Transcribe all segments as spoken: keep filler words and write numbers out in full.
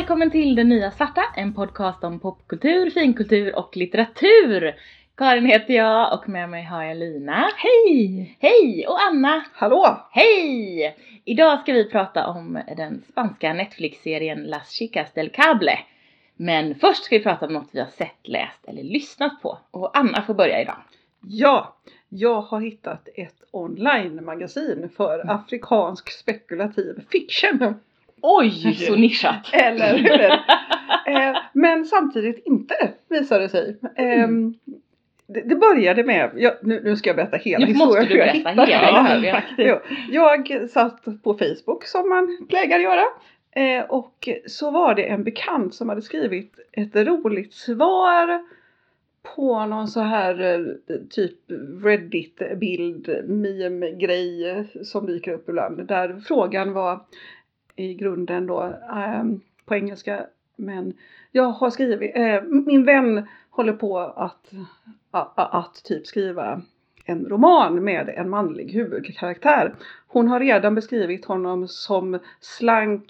välkommen till Den Nya Svarta, en podcast om popkultur, finkultur och litteratur. Karin heter jag och med mig har jag Lina. Hej! Hej! Och Anna. Hallå! Hej! Idag ska vi prata om den spanska Netflix-serien Las Chicas del Cable. Men först ska vi prata om något vi har sett, läst eller lyssnat på. Och Anna får börja idag. Ja, jag har hittat ett online-magasin för afrikansk spekulativ fiction. Oj, så nischat! Eller hur? eh, men samtidigt inte, visar det sig. Eh, mm. det, det började med, jag, nu, nu ska jag berätta hela nu historien. Nu måste du berätta hela historien. Ja, jag satt på Facebook som man plägar göra. Eh, och så var det en bekant som hade skrivit ett roligt svar på någon så här typ Reddit-bild, meme-grej som dyker upp ibland. Där frågan var i grunden då um, på engelska. Men jag har skrivit, uh, min vän håller på att, att, att typ skriva en roman med en manlig huvudkaraktär. Hon har redan beskrivit honom som slank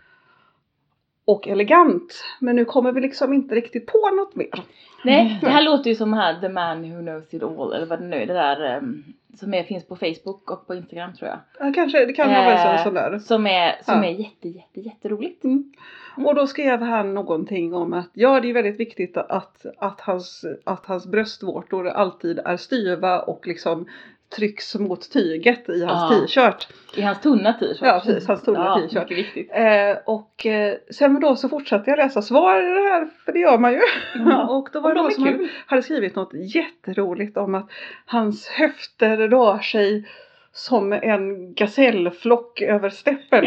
och elegant. Men nu kommer vi liksom inte riktigt på något mer. Nej, det här låter ju som här The Man Who Knows It All. Eller vad det nu är. Det där um, som är, finns på Facebook och på Instagram tror jag. Ja, kanske. Det kan vara eh, en sån där. Som är, som ja. är jätte, jätte, jätteroligt. Mm. Mm. Och då skrev han någonting om att ja, det är väldigt viktigt att, att, hans, att hans bröstvårtor alltid är styva och liksom trycks mot tyget i hans ja. t-shirt. I hans tunna t-shirt. Ja, precis. Hans tunna ja, t-shirt. Mycket viktigt. Eh, och eh, sen då så fortsatte jag läsa svar i det här. För det gör man ju. Mm. och då var och det någon som hade, hade skrivit något jätteroligt om att hans höfter rör sig som en gasellflock över steppen.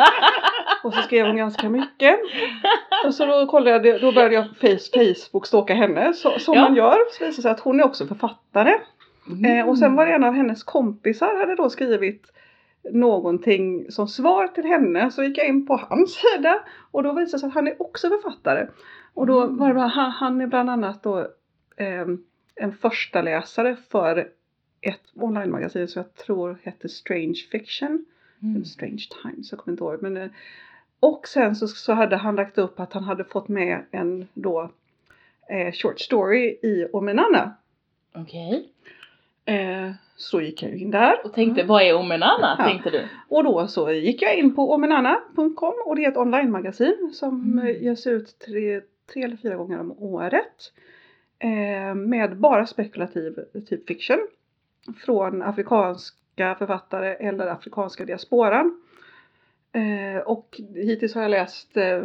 Och så skrev hon ganska mycket. Och så då kollade jag, då började jag face, Facebook stalka henne. Så, som ja. man gör. Så visade det sig att hon är också författare. Mm. Eh, och sen var det en av hennes kompisar hade då skrivit någonting som svar till henne. Så gick jag in på hans sida. Och då visade det sig att han är också författare. Och då var det bara, han, han är bland annat då eh, en första läsare för ett online-magasin som jag tror heter Strange Fiction. Mm. Strange Times, jag kommer inte ihåg. Men, eh, och sen så, så hade han lagt upp att han hade fått med en då eh, short story i Omenana. Okej. Okay. Eh, så gick jag in där. Och tänkte, vad är Omenana, ja. tänkte du? Och då så gick jag in på omenana punkt com. Och det är ett online-magasin som mm. ges ut tre, tre eller fyra gånger om året. Eh, med bara spekulativ typ fiction. Från afrikanska författare eller afrikanska diasporan. Eh, och hittills har jag läst eh,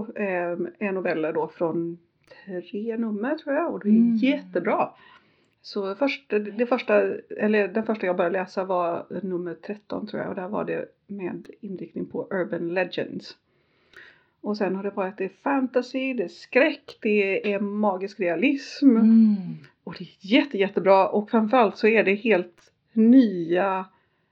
en novella då från tre nummer tror jag. Och det är mm. jättebra. Så först, det första, eller den första jag började läsa var nummer tretton tror jag. Och där var det med inriktning på urban legends. Och sen har det varit det är fantasy, det är skräck, det är magisk realism. Mm. Och det är jätte, jättebra. Och framförallt så är det helt nya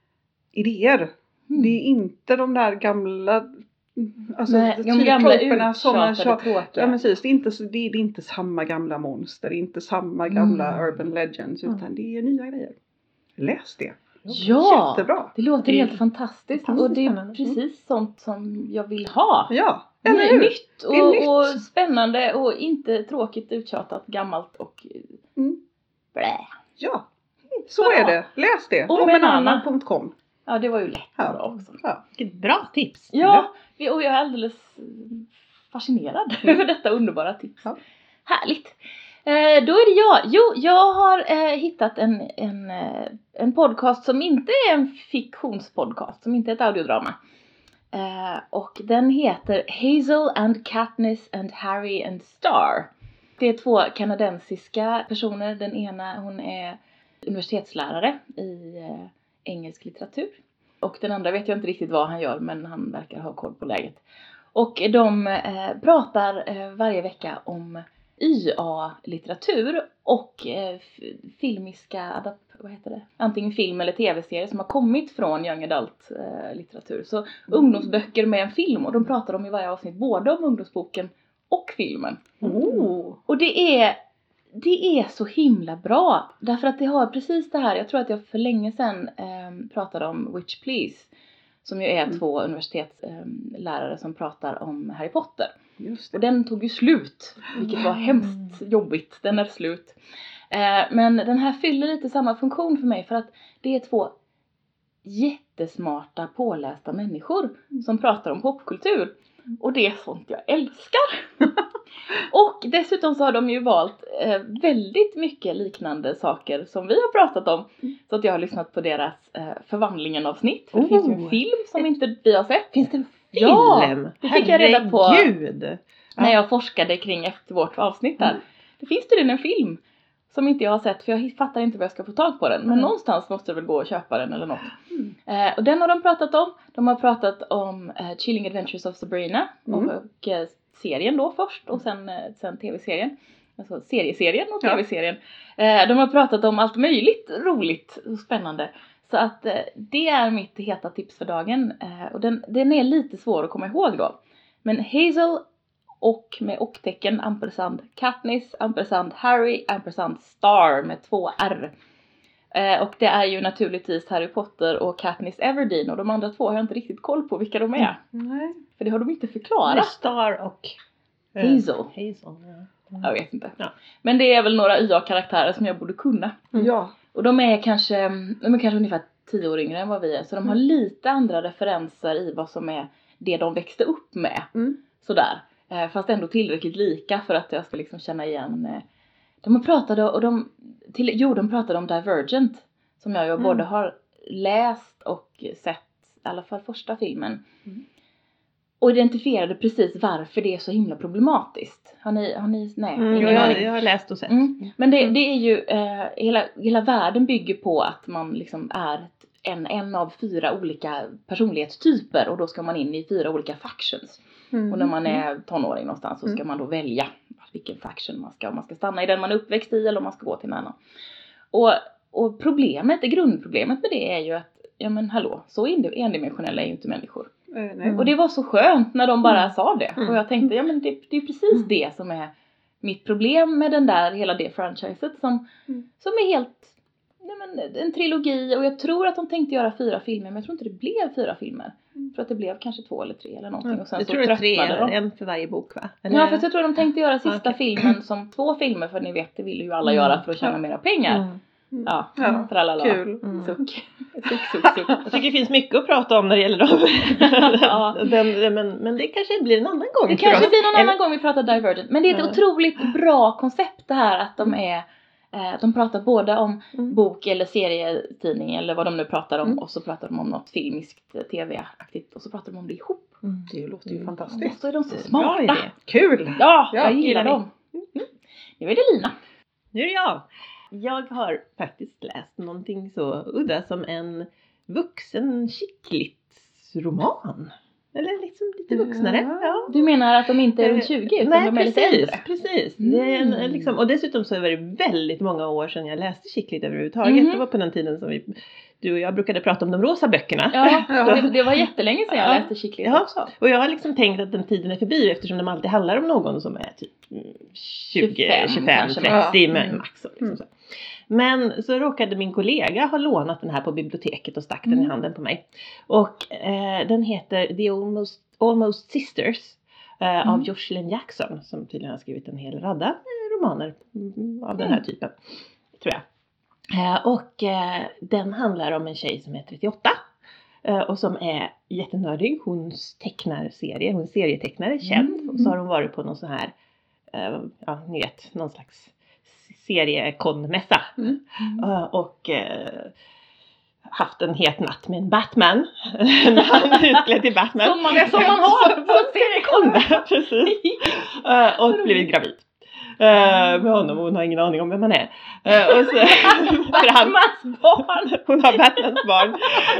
idéer. Mm. Det är inte de där gamla... Alltså nej, de gamla uttjatade tråkiga. Ja, precis. Det är, inte, det, är, det är inte samma gamla monster. Det är inte samma gamla mm. urban legends. Utan mm. det är nya grejer. Läs det. Ja, jättebra. Det låter det helt fantastiskt. fantastiskt. Och det är precis mm. sånt som jag vill ha. Ja, eller hur? Nytt och, nytt och spännande. Och inte tråkigt uttjatat, gammalt och mm. blä. Ja, så Bra. är det. Läs det. omenana punkt com. Ja, det var ju lätt ja. bra också. Ja. Vilket bra tips. Ja, och jag är alldeles fascinerad mm. över detta underbara tips. Ja. Härligt. Eh, då är det jag. Jo, jag har eh, hittat en, en, en podcast som inte är en fiktionspodcast. Som inte är ett audiodrama. Eh, och den heter Hazel and Katniss and Harry and Star. Det är två kanadensiska personer. Den ena, hon är universitetslärare i eh, engelsk litteratur. Och den andra vet jag inte riktigt vad han gör, men han verkar ha koll på läget. Och de eh, pratar eh, varje vecka om Y A-litteratur och eh, f- filmiska adap- vad heter det? Antingen film eller tv-serier som har kommit från young adult-litteratur. Eh, Så mm. ungdomsböcker med en film, och de pratar om i varje avsnitt både om ungdomsboken och filmen. Oh. Och det är... Det är så himla bra. Därför att det har precis det här. Jag tror att jag för länge sedan eh, pratade om Witch Please. Som ju är mm. två universitetslärare eh, som pratar om Harry Potter. Just det. Och den tog ju slut, vilket var hemskt jobbigt. Den är slut. Eh, men den här fyller lite samma funktion för mig, för att det är två jättesmarta, pålästa människor som pratar om popkultur. Och det är sånt jag älskar. Och dessutom så har de ju valt eh, väldigt mycket liknande saker som vi har pratat om. Så att jag har lyssnat på deras eh, förvandlingen avsnitt. För det Oh. finns ju en film som inte vi har sett. Finns det en film? Ja, det fick jag reda på. Herregud. När jag forskade kring efter vårt avsnitt där. Mm. Det finns tydligen en film som inte jag har sett, för jag fattar inte var jag ska få tag på den. Men Mm. någonstans måste jag väl gå och köpa den eller något. Mm. Eh, och den har de pratat om. De har pratat om eh, Chilling Adventures of Sabrina. Mm. Och, och eh, serien då först. Och sen, eh, sen tv-serien. Alltså serieserien och Ja. tv-serien. Eh, de har pratat om allt möjligt roligt och spännande. Så att eh, det är mitt heta tips för dagen. Eh, och den, den är lite svår att komma ihåg då. Men Hazel och med och-tecken ampersand Katniss, ampersand Harry, ampersand Star med två R. Eh, och det är ju naturligtvis Harry Potter och Katniss Everdeen. Och de andra två har jag inte riktigt koll på vilka de är. Nej. För det har de inte Det är förklarat. Star och eh, Hazel. Hazel, ja. Jag vet inte. Ja. Men det är väl några Y A-karaktärer som jag borde kunna. Mm. Ja. Och de är kanske, de är kanske ungefär tio år yngre än vad vi är. Så de har lite andra referenser i vad som är det de växte upp med. Mm. Sådär. Eh, fast ändå tillräckligt lika för att jag ska liksom känna igen. Eh, de har pratat och de, till, jo de pratade om Divergent. Som jag ju Mm. både har läst och sett, i alla fall första filmen. Mm. Och identifierade precis varför det är så himla problematiskt. Har ni, har ni nej, Mm, ingen jag, aning. jag har läst och sett. Mm. Men det, det är ju, eh, hela, hela världen bygger på att man liksom är ett, en, en av fyra olika personlighetstyper. Och då ska man in i fyra olika factions. Mm. Och när man är tonåring någonstans så ska Mm. man då välja vilken faction man ska. Om man ska stanna i den man är uppväxt i eller om man ska gå till en annan. Och, och problemet, det grundproblemet med det är ju att, ja men hallå, så endimensionella är ju inte människor. Eh, nej. Och det var så skönt när de bara Mm. sa det. Mm. Och jag tänkte, ja men det, det är precis Mm. det som är mitt problem med den där, hela det franchiset som, Mm. som är helt, nej men en trilogi. Och jag tror att de tänkte göra fyra filmer, men jag tror inte det blev fyra filmer. Mm. För att det blev kanske två eller tre eller någonting. Och sen Jag så tror det är tre, tröttnade de. en för varje bok va? Ja, för jag tror de tänkte göra sista Okej. filmen som två filmer. För ni vet, det vill ju alla Mm. göra för att tjäna Ja. mera pengar. Mm. Mm. Ja, Ja, för alla kul. Mm. Suck. Suck, suck, suck. Jag tycker det finns mycket att prata om när det gäller dem. Ja. den, men, men det kanske blir en annan gång. Det för kanske oss. blir någon Eller- annan gång vi pratar Divergent. Men det är ett Ja. otroligt bra koncept det här att de är, eh, de pratar både om Mm. bok eller serietidning eller vad de nu pratar om. Mm. Och så pratar de om något filmiskt, eh, tv-aktigt. Och så pratar de om det ihop. Mm. Det låter ju Mm. Och fantastiskt. så är de så Bra smarta. idé. Kul! Ja, Ja, jag gillar gillar vi. dem. Mm. Nu är det Lina. Nu är det jag. Jag har faktiskt läst någonting så udda som en vuxen chicklit-roman. Eller liksom lite vuxnare. Ja. Ja. Du menar att de inte är runt tjugo utan Nej, de är lite precis, äldre? precis. Det är en, Mm. liksom, och dessutom så var det väldigt många år sedan jag läste chicklit överhuvudtaget. Mhm. Det var på den tiden som vi, du och jag brukade prata om de rosa böckerna. Ja, Ja. det, det var jättelänge sedan jag Ja. läste chicklit Ja. också. Och jag har liksom tänkt att den tiden är förbi eftersom de alltid handlar om någon som är typ mm, tjugo, tjugofem tjugofem, kanske trettio max. men Mm. max. Liksom Mm. så. Men så råkade min kollega ha lånat den här på biblioteket och stack den Mm. i handen på mig. Och eh, den heter The Almost, Almost Sisters eh, Mm. av Jocelyn Jackson som tydligen har skrivit en hel radda eh, romaner mm, av den här Mm. typen. Tror jag. Eh, och eh, den handlar om en tjej som är trettioåtta. Eh, och som är jättenördig. Hon tecknar serier. Hon är serietecknare, känd. Mm. Och så har hon varit på någon sån här, eh, ja ni vet, någon slags seriekonmässa. Mm. Eh, och eh, haft en het natt med en Batman. Han är utklädd till Batman. Som man, som man har på en seriekon. Precis. Eh, och blivit gravid. Uh, med honom och hon har ingen aning om vem man är. Uh, och så, för han, Batmans barn. hon har Batmans barn.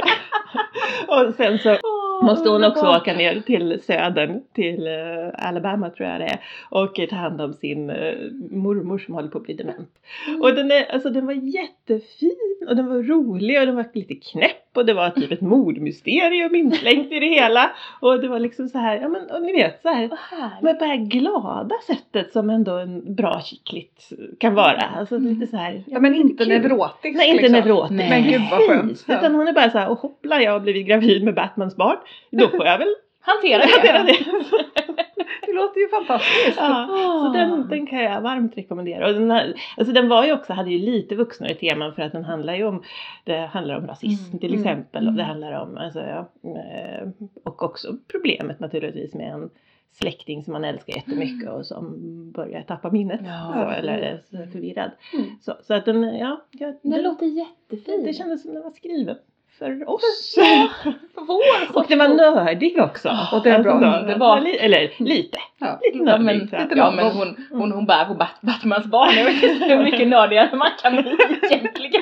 Och sen så måste hon också underbart. åka ner till södern, till uh, Alabama tror jag det är. Och ta hand om sin uh, mormor som håller på att bli dement. Mm. Och den, är, alltså, den var jättefin och den var rolig och den var lite knäpp. Och det var typ ett mordmysterium inslängt i det hela. Och det var liksom så här, ja men och ni vet så här. Vad härligt. Men på det här glada sättet som ändå en bra chicklit kan vara. Alltså lite så här. Ja, men inte kul. nevrotisk. Nej, inte liksom. nevrotisk. Nej. Men gud vad skönt. Precis. Utan hon är bara så här, och hoppla, jag har blivit gravid med Batmans barn. Då får jag väl Hantera hantera det. det. Det låter ju fantastiskt. Ja, så den, den kan jag varmt rekommendera. Och den, här, alltså den var ju också, hade ju lite vuxnare teman för att den handlar ju om, det handlar om rasism mm. till exempel. Mm. Och det handlar om, alltså, ja, och också problemet naturligtvis med en släkting som man älskar jättemycket och som börjar tappa minnet. Ja. Så, eller är så förvirrad. Mm. Så, så att den, ja. ja den, den låter jättefin. Det kändes som den var skriven för oss. Ja, för vår. Och det var nördig också. Och det är bra. Alltså, det var, eller lite. Ja. Lite nördig. Ja, men, lite ja, men hon, hon, hon bär på Bat- Batmans barn. Jag vet inte hur mycket nördigare man kan bli egentligen.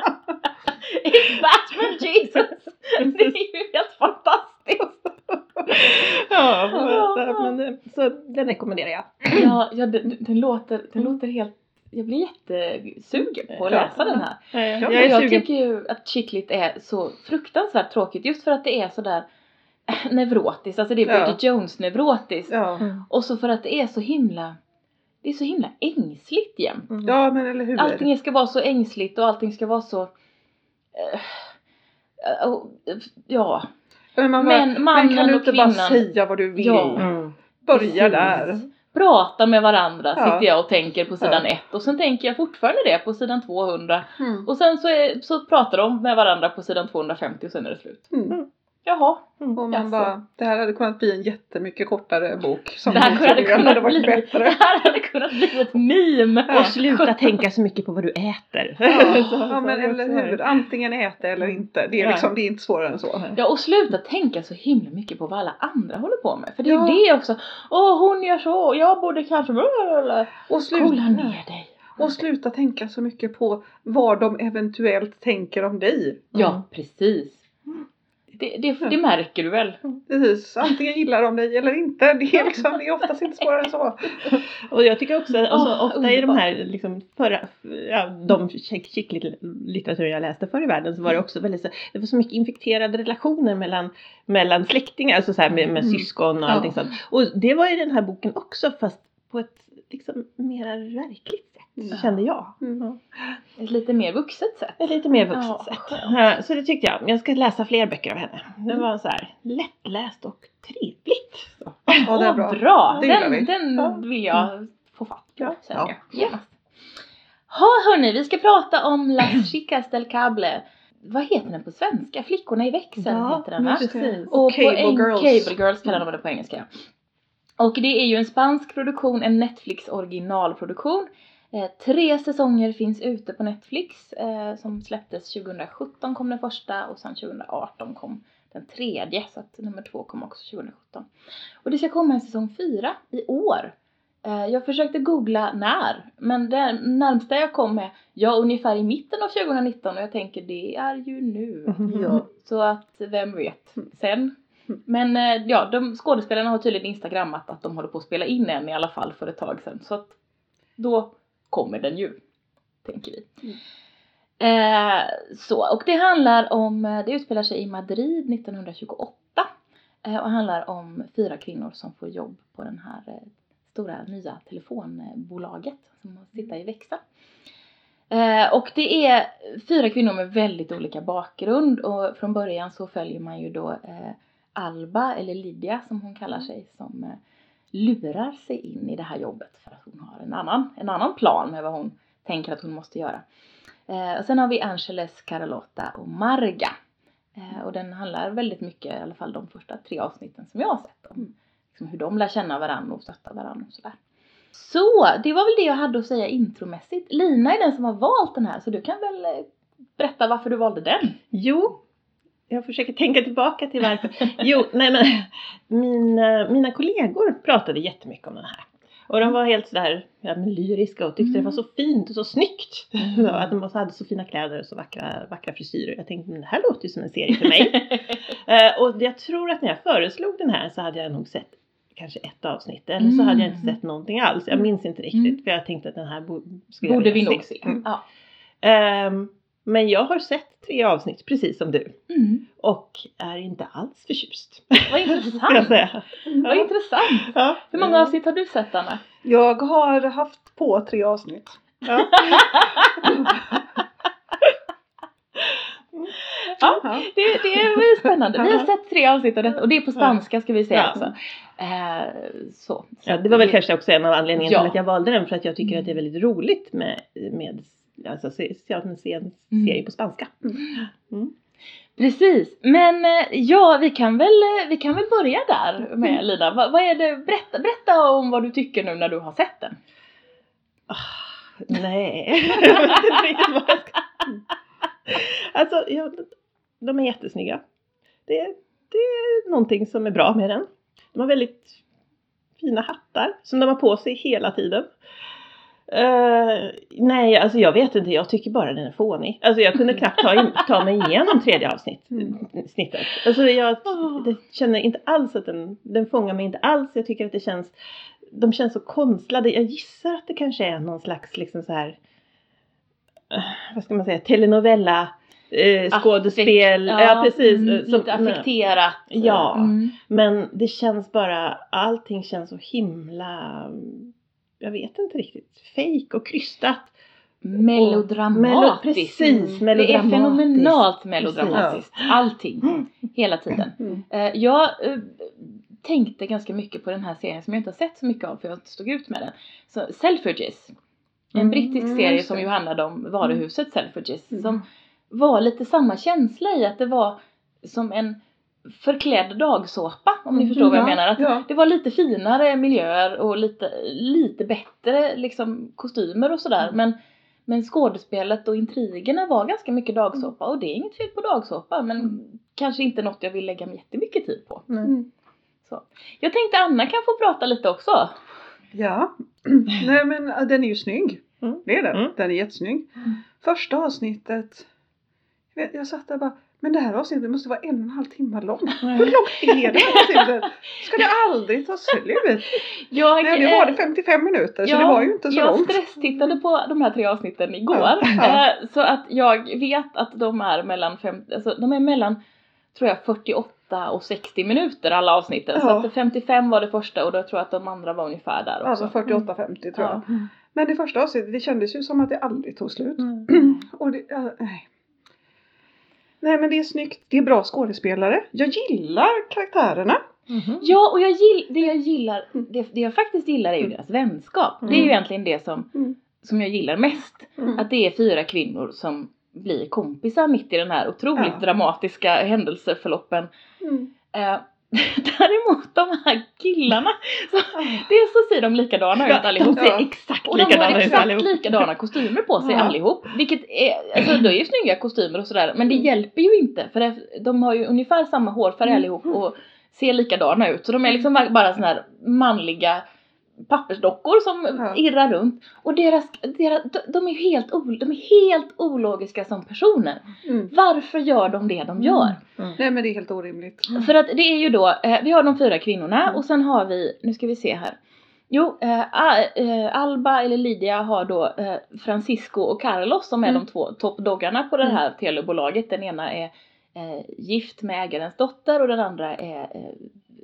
It's Batman Jesus. Det är ju helt fantastiskt. Ja, ja. Men, så den rekommenderar jag. Ja, ja den, den, låter, den låter helt... Jag blir jättesugen på att läsa ja. den här. Ja, ja. Jag, jag, jag tycker ju att Chick-lit är så fruktansvärt tråkigt. Just för att det är så där nevrotiskt. Alltså det är Bridget ja. Jones nevrotiskt. Ja. Mm. Och så för att det är så himla... Det är så himla ängsligt jämt. Mm. Ja, men eller hur? Allting ska vara så ängsligt och allting ska vara så... Uh, uh, ja... Men, man bara, men mannen men kan du inte och kvinnan... bara säga vad du vill? Ja. Mm. Börja där. Prata med varandra, ja. Sitter jag och tänker på sidan ja. ett. Och sen tänker jag fortfarande det på sidan tvåhundra. Mm. Och sen så, är, så pratar de med varandra på sidan tvåhundrafemtio och sen är det slut. Mm. Jaha. Mm. Och man bara, det här hade kunnat bli en jättemycket kortare bok. Som det här hade kunnat, hade bli, bättre. Det här hade kunnat bli ett meme. Ja. Och sluta tänka så mycket på vad du äter. Ja, så, ja men eller hur. Antingen äta eller inte. Det är, liksom, ja. det är inte svårare än så. Ja, och sluta tänka så himla mycket på vad alla andra håller på med. För det är ja. ju det också. Åh, hon gör så. Jag borde kanske... Och sluta Kolla ner dig. Och sluta tänka så mycket på vad de eventuellt tänker om dig. Mm. Ja, precis. Det, det, det märker du väl? Precis, antingen gillar de dig eller inte. Det är, liksom, det är oftast inte svårare än så. Och jag tycker också, alltså, oh, ofta underbar. I de här liksom, förra, ja, de Chick-lit-litteratur jag läste förr i världen så var det också väldigt så, det var så mycket infekterade relationer mellan, mellan släktingar, alltså så här med, med mm. syskon och ja. allting sånt. Och det var i den här boken också, fast på ett liksom mera verkligt sätt. Så kände jag. Mm. Ett lite mer vuxet sätt. Ett lite mer vuxet ja, sätt. Ja, så det tyckte jag. Jag ska läsa fler böcker av henne. Det var så här lättläst och trevligt. Så. Ja, det är bra. bra. Den, den ja. vill jag mm. få fatt på. Ja. Ja. Ja. Ha, hörni, vi ska prata om Las Chicas del Cable. Vad heter den på svenska? Flickorna i växeln ja, heter den, va? Precis. Och Cable en, Girls. Cable Girls kallar de det på engelska. Och det är ju en spansk produktion, en Netflix originalproduktion. Eh, tre säsonger finns ute på Netflix eh, som släpptes tjugosjutton kom den första och sen tjugoarton kom den tredje. Så att nummer två kom också tjugosjutton. Och det ska komma en säsong fyra i år. Eh, jag försökte googla när, men det närmsta jag kom med, ja ungefär i mitten av tjugonitton och jag tänker det är ju nu. Mm. Ja. Så att vem vet sen. Men ja, de skådespelarna har tydligen instagrammat att de håller på att spela in en i alla fall för ett tag sedan. Så att då kommer den ju, tänker vi. Mm. Eh, så, och det handlar om, det utspelar sig i Madrid nittonhundratjugoåtta. Eh, och handlar om fyra kvinnor som får jobb på den här eh, stora nya telefonbolaget som sitter i Växa. Eh, och det är fyra kvinnor med väldigt olika bakgrund. Och från början så följer man ju då... Eh, Alba, eller Lydia som hon kallar sig, som eh, lurar sig in i det här jobbet för att hon har en annan, en annan plan med vad hon tänker att hon måste göra. Eh, och sen har vi Angeles, Carlotta och Marga. Eh, och den handlar väldigt mycket, i alla fall de första tre avsnitten som jag har sett, om liksom hur de lär känna varandra och stötta varandra och sådär. Så, det var väl det jag hade att säga intromässigt. Lina är den som har valt den här, så du kan väl eh, berätta varför du valde den? Jo. Jag försöker tänka tillbaka till varför. Jo, nej men mina, mina kollegor pratade jättemycket om den här. Och de var helt sådär ja, lyriska och tyckte mm. det var så fint och så snyggt. Mm. Att de hade så fina kläder och så vackra, vackra frisyrer. Jag tänkte, men det här låter ju som en serie för mig. uh, och jag tror att när jag föreslog den här så hade jag nog sett kanske ett avsnitt. Eller mm. så hade jag inte sett någonting alls. Jag minns inte riktigt. Mm. För jag tänkte att den här bo- skulle borde vi nog se. Mm. Ja. Um, Men jag har sett tre avsnitt precis som du. Mm. Och är inte alls förtjust. Vad intressant. jag säga. Mm. Vad intressant. Ja. Hur många avsnitt har du sett, Anna? Jag har haft på tre avsnitt. Ja. Ja, det, det är spännande. Vi har sett tre avsnitt av detta och det är på spanska ska vi säga Ja. också. Eh, så. Ja, det var väl kanske också en av anledningarna Ja. till att jag valde den. För att jag tycker att det är väldigt roligt med, med alltså, se, se, en serie Mm. på spanska. Mm. Precis, men eh, ja vi kan väl, vi kan väl börja där med Lina. Va, vad är det, berätta, berätta om vad du tycker nu när du har sett den. Oh, nej, jag vet inte riktigt vad jag ska... Alltså, ja, de är jättesnygga. Det, det är någonting som är bra med den. De har väldigt fina hattar som de har på sig hela tiden. Uh, nej, alltså jag vet inte. Jag tycker bara den är fånig. Alltså jag kunde knappt ta, in, ta mig igenom tredje avsnitt, snittet. Alltså jag det känner inte alls att den, den fångar mig inte alls. Jag tycker att det känns, de känns så konstlade. Jag gissar att det kanske är någon slags liksom så här, uh, vad ska man säga, telenovella. Eh, skådespel, ja, ja precis. Mm, som, lite affekterat. Ja, mm. men det känns bara, allting känns så himla, jag vet inte riktigt, fake och krystat. Melodramatiskt. Melo, precis, melodramatiskt. Det är fenomenalt melodramatiskt. Precis. Allting. Mm. Hela tiden. Mm. Uh, jag uh, tänkte ganska mycket på den här serien som jag inte har sett så mycket av för jag stod ut med den. Så Selfridges. En mm. brittisk serie mm, som ju handlade om varuhuset Selfridges. Mm. Som var lite samma känsla i att det var som en förklädd dagsåpa. Om ni förstår mm, vad jag ja, menar. Att ja. Det var lite finare miljöer och lite, lite bättre liksom, kostymer och sådär. Mm. Men, men skådespelet och intrigerna var ganska mycket dagsåpa. Och det är inget fel på dagsåpa. Men mm. kanske inte något jag vill lägga jättemycket tid på. Mm. Så. Jag tänkte Anna kan få prata lite också. Ja. Nej men den är ju snygg. Mm. Det är den. Mm. Den är jättesnygg. Mm. Första avsntet. Jag, jag satt där bara. Men det här avsnittet måste vara en och en halv timme lång. Mm. Hur långt är det här avsnittet? Ska det aldrig ta slut? Jag, Nej, det var det femtiofem minuter. Så ja, det var ju inte så jag långt. Jag stresstittade på de här tre avsnitten igår. Ja, ja. Så att jag vet att de är mellan fem, alltså de är mellan tror jag fyrtioåtta och sextio minuter alla avsnitten. Ja. Så att femtiofem var det första och då tror jag att de andra var ungefär där också. Alltså fyrtioåtta femtio tror jag. Ja. Men det första avsnittet, det kändes ju som att det aldrig tog slut. Mm. och det, äh, nej. Nej men det är snyggt, det är bra skådespelare. Jag gillar karaktärerna. Mm-hmm. Ja och jag gill, det jag gillar, det, det jag faktiskt gillar är ju deras vänskap. Mm. Det är ju egentligen det som, mm. som jag gillar mest. Mm. Att det är fyra kvinnor som blir kompisar mitt i den här otroligt ja. dramatiska händelseförloppen. Mm. Eh, däremot de här killarna, så, det är så ser de likadana ut allihop. De ser exakt och de likadana har exakt ut likadana kostymer på sig ja. allihop. Vilket är, alltså det är ju snygga kostymer och sådär. Men det hjälper ju inte. För det, de har ju ungefär samma hårfärg mm. allihop och ser likadana ut. Så de är liksom bara såna här manliga pappersdockor som ja. irrar runt. Och deras, deras, de, är helt, de är helt ologiska som personer. Mm. Varför gör de det de gör? Mm. Nej men det är helt orimligt. Mm. För att det är ju då, eh, vi har de fyra kvinnorna mm. och sen har vi, nu ska vi se här. Jo, eh, Alba eller Lydia har då eh, Francisco och Carlos som är mm. de två toppdoggarna på det här mm. telebolaget. Den ena är eh, gift med ägarens dotter och den andra är eh,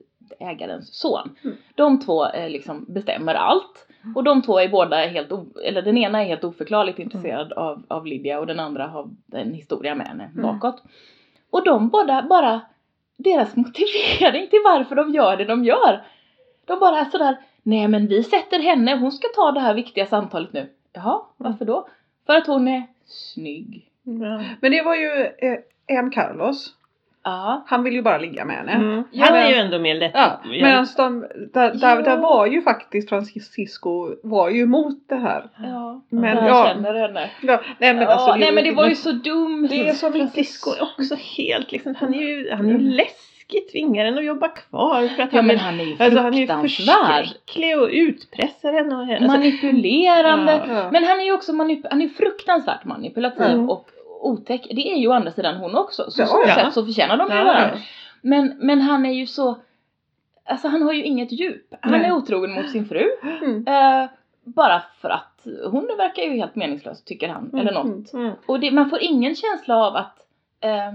ägarens son. Mm. De två eh, liksom bestämmer allt. Och de två är båda helt, o- eller den ena är helt oförklarligt intresserad mm. av, av Lydia och den andra har en historia med henne mm. bakåt. Och de båda bara, deras motivering till varför de gör det de gör. De bara är sådär, nej men vi sätter henne, hon ska ta det här viktiga samtalet nu. Jaha, varför då? För att hon är snygg. Mm. Men det var ju eh, en Carlos. Ja. Han vill ju bara ligga med henne. Mm. Han är ju ändå mer lätt. Ja, men de, där, där, där var ju faktiskt Francisco var ju emot det här. Ja, men jag ja, känner henne. Ja, nej men ja, alltså det, nej men det var ju så dumt. Det är som Francisco är också helt liksom, han är ju, han är ju läskig, tvingar henne att jobba kvar för att ja, han, men han är ju alltså, han är ju fruktansvärd. förskräcklig och utpressar henne och, alltså, manipulerande. Ja, ja. Men han är ju också manip- han är fruktansvärt manipulativ mm. och otäck. Det är ju å andra sidan hon också. Så, ja, så ja. sätt så förtjänar de ju ja, varandra. ja. Men, men han är ju så, alltså han har ju inget djup. Han Nej. är otrogen mot sin fru. Mm. Eh, bara för att hon verkar ju helt meningslös tycker han. Mm. Eller något. Mm. Och det, man får ingen känsla av att eh,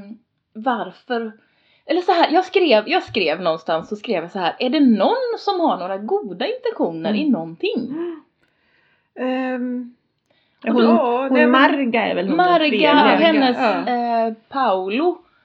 varför. Eller så här, jag skrev, jag skrev någonstans så skrev jag så här. Är det någon som har några goda intentioner mm. i någonting? Um. Hon, ja, hon nej, Marga är väl hon Marga och hennes ja. eh, Paolo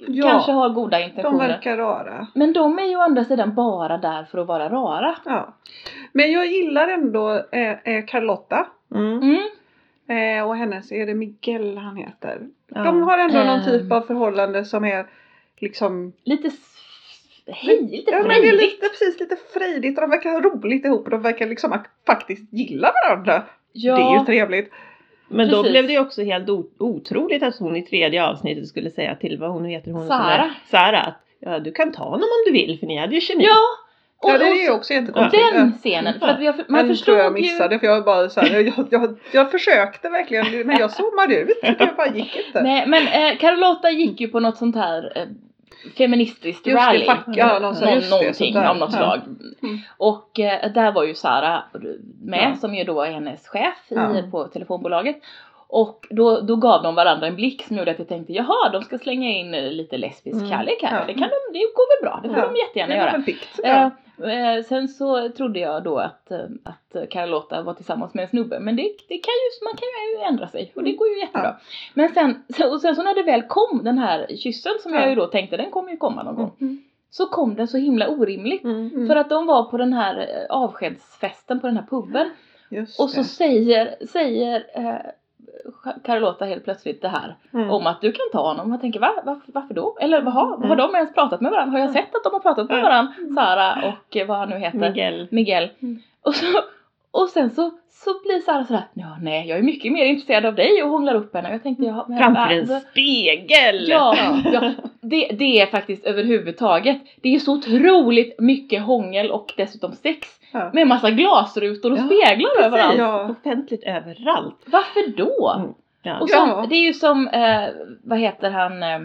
Ja, kanske har goda intentioner. De verkar rara. Men de är ju å andra sidan bara där för att vara rara. Ja. Men jag gillar ändå eh, eh, Carlotta. Mm. Mm. Eh, och hennes, är det Miguel han heter? Ja. De har ändå någon Ehm. typ av förhållande som är liksom... Lite s- hej, lite Ja, men det är frejdigt. lite, precis, lite frejdigt. Och de verkar ha roligt ihop. Och de verkar liksom ak- faktiskt gilla varandra. Ja. Det är ju trevligt. Men då Precis. blev det ju också helt o- otroligt att hon i tredje avsnittet skulle säga till vad hon heter. Hon Sara. Som är, Sara. Att, ja, du kan ta honom om du vill för ni hade ju kemi. Ja. Och, Ja, det är och ju så- också jättekonstigt. den scenen. För att vi har, man Man förstod tror jag ju... missade. För jag bara så här, jag, jag, jag försökte verkligen. Men jag zoomade ut. Det bara gick inte. Nej, men eh, Carlotta gick ju på något sånt här eh, feministiskt Just det, rally. fack, ja, någon sån- Någon, just det, någonting sånt där. av något Ja. slag. Mm. Och eh, där var ju Sara med, Ja. som ju då är hennes chef i, Ja. på telefonbolaget. Och då, då gav de varandra en blick som gjorde att jag tänkte, jaha, de ska slänga in eh, lite lesbisk Mm. kärlek här. Ja. Det, kan de, det går väl bra, det får Ja. de jättegärna Det var göra. väl pikt. Eh, Ja. eh, sen så trodde jag då att, eh, att Carlotta var tillsammans med en snubbe. Men det, det kan ju, man kan ju ändra sig. Och det går ju jättebra. Men sen, så, och sen så när det väl kom den här kyssen som Ja. jag ju då tänkte, den kommer ju komma någon gång. Mm. Så kom den så himla orimligt. Mm. Mm. För att de var på den här eh, avskedsfesten på den här puben. Just Och så det. säger, säger eh, Carlotta helt plötsligt det här. Mm. Om att du kan ta honom. Jag tänker, va? Varför, varför då? Eller vad har, Mm. har de ens pratat med varandra? Har jag sett att de har pratat med Mm. varandra? Sara och eh, vad han nu heter. Miguel. Miguel. Mm. Och, så, och sen så, så blir Sara sådär, ja, nej, jag är mycket mer intresserad av dig och hånglar upp henne. Och jag tänkte, ja, men, Framför en alltså, spegel. ja, ja det, det är faktiskt överhuvudtaget. Det är så otroligt mycket hångel och dessutom sex. Ja. Med massa glasrutor och Ja, speglar precis. överallt. Ja. Offentligt överallt. Varför då? Mm. Ja. Och som, Ja. det är ju som, eh, vad heter han, eh,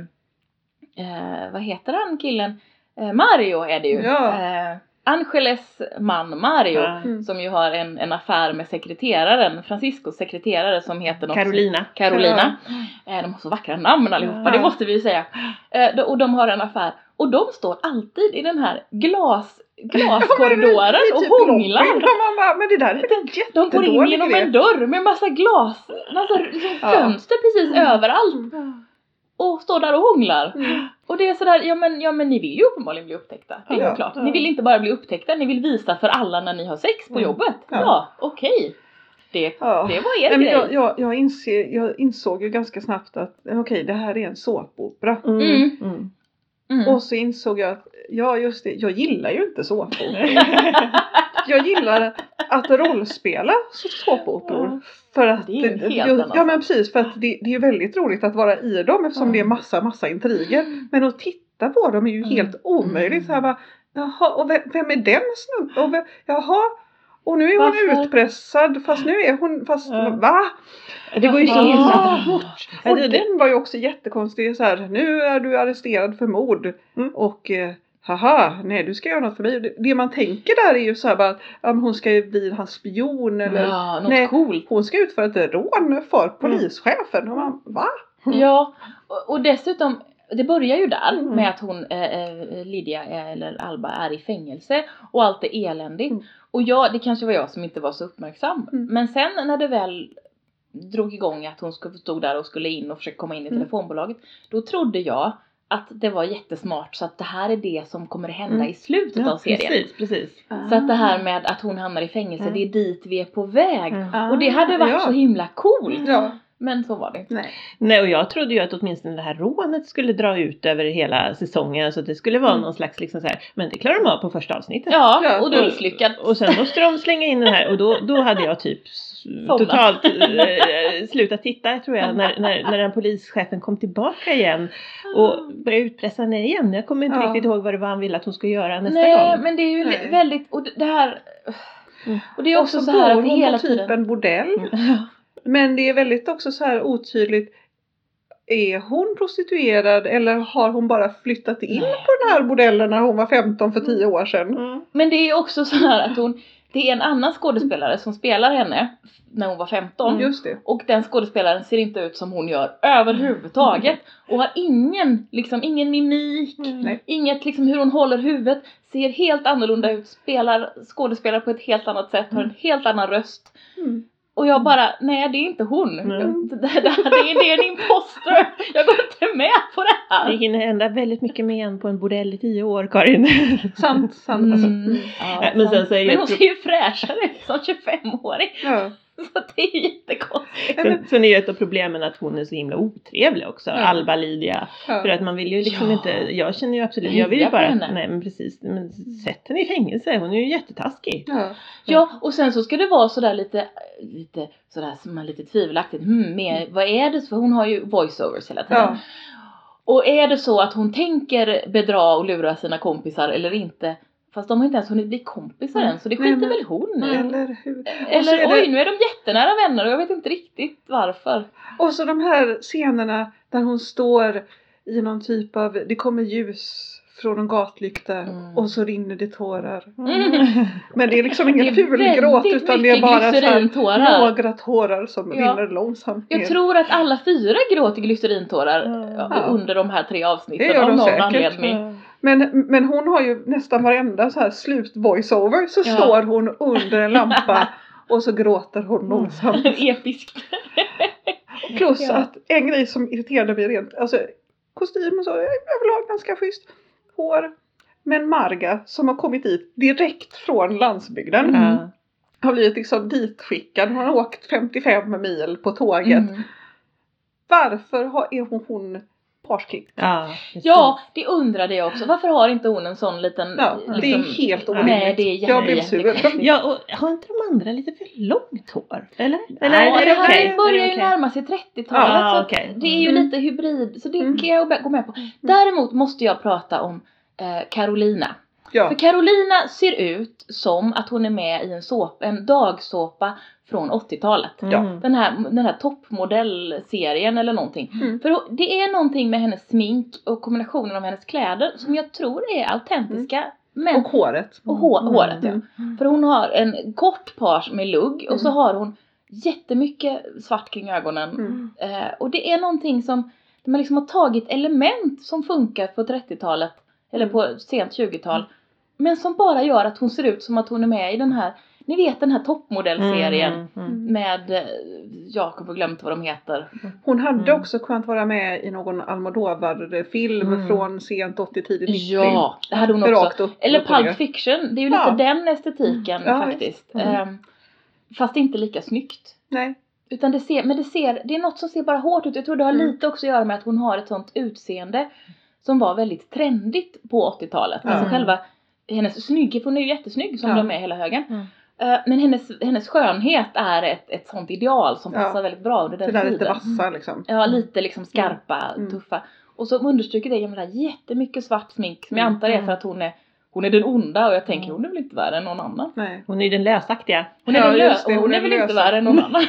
eh, vad heter han killen? Eh, Mario är det ju. Ja. Eh, Angeles man Mario. Ja. Mm. Som ju har en, en affär med sekreteraren, Franciscos sekreterare som heter något. Carolina. Carolina. Eh, de har så vackra namn allihopa, Ja. det måste vi ju säga. Eh, de- och de har en affär. Och de står alltid i den här glas, glaskorridoren Det är och typ hånglar. lobbyn. Man bara, men det där är väl De går in jättedålig genom grej. en dörr med massa glas, massa liksom Ja. fönster precis Mm. överallt. Och står där och hånglar. Mm. Och det är sådär, ja men, ja men ni vill ju uppenbarligen bli upptäckta. Det är ju Ja. klart. Ja. Ni vill inte bara bli upptäckta, ni vill visa för alla när ni har sex på Mm. jobbet. Ja. Ja, okej. Det, Ja. det var er Nej, men grej. jag, jag, jag, inser, jag insåg ju ganska snabbt att okej, det här är en såpopera. Mm. Mm. Mm. Mm. Och så insåg jag att, ja just det, jag gillar ju inte såpoperor. Jag gillar att rollspela såpoperor. För att, Det är ju en helt jag, annan ja men sak. precis, för att det, det är väldigt roligt att vara i dem eftersom Mm. det är massa, massa intriger. Men att titta på dem är ju Mm. helt omöjligt. Så här bara, jaha, och vem, vem är den snubben? Och vem, jaha, och nu är hon Varför? utpressad, fast nu är hon, fast Ja. va? Det går ju så Ja. himla Och Alltså, det- den var ju också jättekonstig så här, nu är du arresterad för mord. Mm. Och eh, haha, nej du ska göra något för mig. Det, det man tänker där är ju så här bara, att, ja, men hon ska ju bli hans spion eller Ja, något nej. coolt. hon ska utföra ett rån för polischefen. Och man, va? Ja, och, och dessutom, det börjar ju där Mm. med att hon, eh, eh, Lydia eh, eller Alba är i fängelse och allt är eländigt. Mm. Och jag, det kanske var jag som inte var så uppmärksam. Mm. Men sen när det väl drog igång att hon skulle, stod där och skulle in och försöka komma in i Mm. telefonbolaget. Då trodde jag att det var jättesmart så att det här är det som kommer hända Mm. i slutet Ja, av serien. precis, precis. Så att det här med att hon hamnar i fängelse, Mm. det är dit vi är på väg. Mm. Och det hade varit ja. så himla coolt. Ja. Men så var det inte. Nej. Nej, och jag trodde ju att åtminstone det här rånet skulle dra ut över hela säsongen. Så att det skulle vara Mm. någon slags liksom så här. Men det klarar de av på första avsnittet. Ja, Ja, och då och- misslyckad. Och sen måste de slänga in den här. Och då, då hade jag typ s- Somnat. totalt eh, slutat titta, tror jag. När, när, när den polischefen kom tillbaka igen. Och började utpressa henne igen. Jag kommer inte Ja. riktigt ihåg vad det var han ville att hon skulle göra nästa Nej, gång. men det är ju Nej. väldigt, och det här, Mm. och det är Och också så så här bor att hon hela på typ tiden. en bordell. Ja. Men det är väldigt också så här otydligt. Är hon prostituerad eller har hon bara flyttat in Nej. på den här bordellen när hon var femton för tio år sedan? Mm. Men det är också så här att hon, det är en annan skådespelare som spelar henne när hon var femton. Just det. Och den skådespelaren ser inte ut som hon gör överhuvudtaget. Och har ingen, liksom ingen mimik. Mm. Nej. Inget liksom hur hon håller huvudet. Ser helt annorlunda ut. Spelar skådespelar på ett helt annat sätt. Har en helt annan röst. Mm. Och jag bara, nej det är inte hon. Mm. Det, det, det, är, det är en imposter. Jag går inte med på det här. Det hinner hända väldigt mycket med en på en bordell i tio år, Karin. Sant, sant. Alltså. Mm. Ja, ja, men, sen så är men hon ser ju fräschare ut som tjugofem-åring. Ja. Så det är ju jättekonstigt. Sen, sen är ju ett av problemen att hon är så himla otrevlig också. Ja. Alba Lydia. Ja. För att man vill ju liksom ja. inte, jag känner ju absolut, jag vill ju bara, nej men precis, men sätt henne i fängelse, hon är ju jättetaskig. Ja. Ja, och sen så ska det vara sådär lite, lite sådär som är lite tvivelaktigt. Hmm, med, vad är det? För hon har ju voiceovers hela tiden. Ja. Och är det så att hon tänker bedra och lura sina kompisar eller inte? Fast de har inte ens hunnit bli kompisar än, så det skiter nej, väl hon i. Eller, hur? eller oj, det... nu är de jättenära vänner och jag vet inte riktigt varför. Och så de här scenerna där hon står i någon typ av, det kommer ljus från en gatlykta mm. och så rinner det tårar. Mm. Men det är liksom ingen ful gråt utan det är bara så här, några tårar som ja. rinner långsamt ner. Jag tror att alla fyra gråter glycerintårar ja. under de här tre avsnitten av någon säkert. anledning. Ja. Men, men hon har ju nästan varenda så här slut voiceover så ja. står hon under en lampa och så gråter hon långsamt. Episkt. Plus ja. att en grej som irriterade mig rent, alltså kostym och så, överlag ganska schysst. Hår. Men Marga som har kommit dit direkt från landsbygden mm. har blivit liksom ditskickad. Hon har åkt femtiofem mil på tåget. Mm. Varför har, är hon, hon parsklippt? Ja, ja, det undrade jag också. Varför har inte hon en sån liten... Ja, liksom, det är helt orimligt. Nej, det är jätte, jag blev sur. Ja, och har inte de andra lite för långt hår? Eller? Eller ja, det, det här okay. börjar ju okay. närma sig trettiotalet. Ja, så okay. det är ju mm. lite hybrid. Så det mm. kan jag gå med på. Däremot måste jag prata om eh, Carolina. Ja. För Carolina ser ut som att hon är med i en, såp, en dagsåpa från åttiotalet. Mm. Den här, den här toppmodellserien eller någonting. Mm. För det är någonting med hennes smink och kombinationen av hennes kläder som jag tror är autentiska. Mm. Men, och håret. Och hår, mm. håret, ja. Mm. För hon har en kort page med lugg mm. och så har hon jättemycket svart kring ögonen. Mm. Eh, och det är någonting som man liksom har tagit element som funkar på trettiotalet eller på sent tjugotal. Mm. Men som bara gör att hon ser ut som att hon är med i den här, ni vet den här toppmodellserien mm, mm. med, jag har glömt vad de heter. Hon hade mm. också kunnat vara med i någon Almodovar-film mm. från sent åttio, tidigt nittio. Ja, det hade hon också. Upp, Eller upp Pulp Fiction, det är ju ja. lite den estetiken mm. faktiskt. Mm. Um, fast inte lika snyggt. Nej. Utan det ser, men det ser, det är något som ser bara hårt ut. Jag tror det har mm. lite också att göra med att hon har ett sånt utseende som var väldigt trendigt på åttiotalet. Mm. Alltså själva hennes snygghet, hon är ju jättesnygg som ja. de är hela högen. Mm. Uh, men hennes, hennes skönhet är ett, ett sånt ideal som passar ja. väldigt bra under den tiden. Det lite vassa liksom. Ja, lite liksom skarpa, mm. tuffa. Och så understryker det med jättemycket svart smink. Som jag antar är för att hon är, hon är den onda. Och jag tänker, hon är väl inte värre än någon annan. Nej. Hon är den lösaktiga. Hon är, ja, den lös- det, hon hon är, är väl lös- inte värre än någon annan.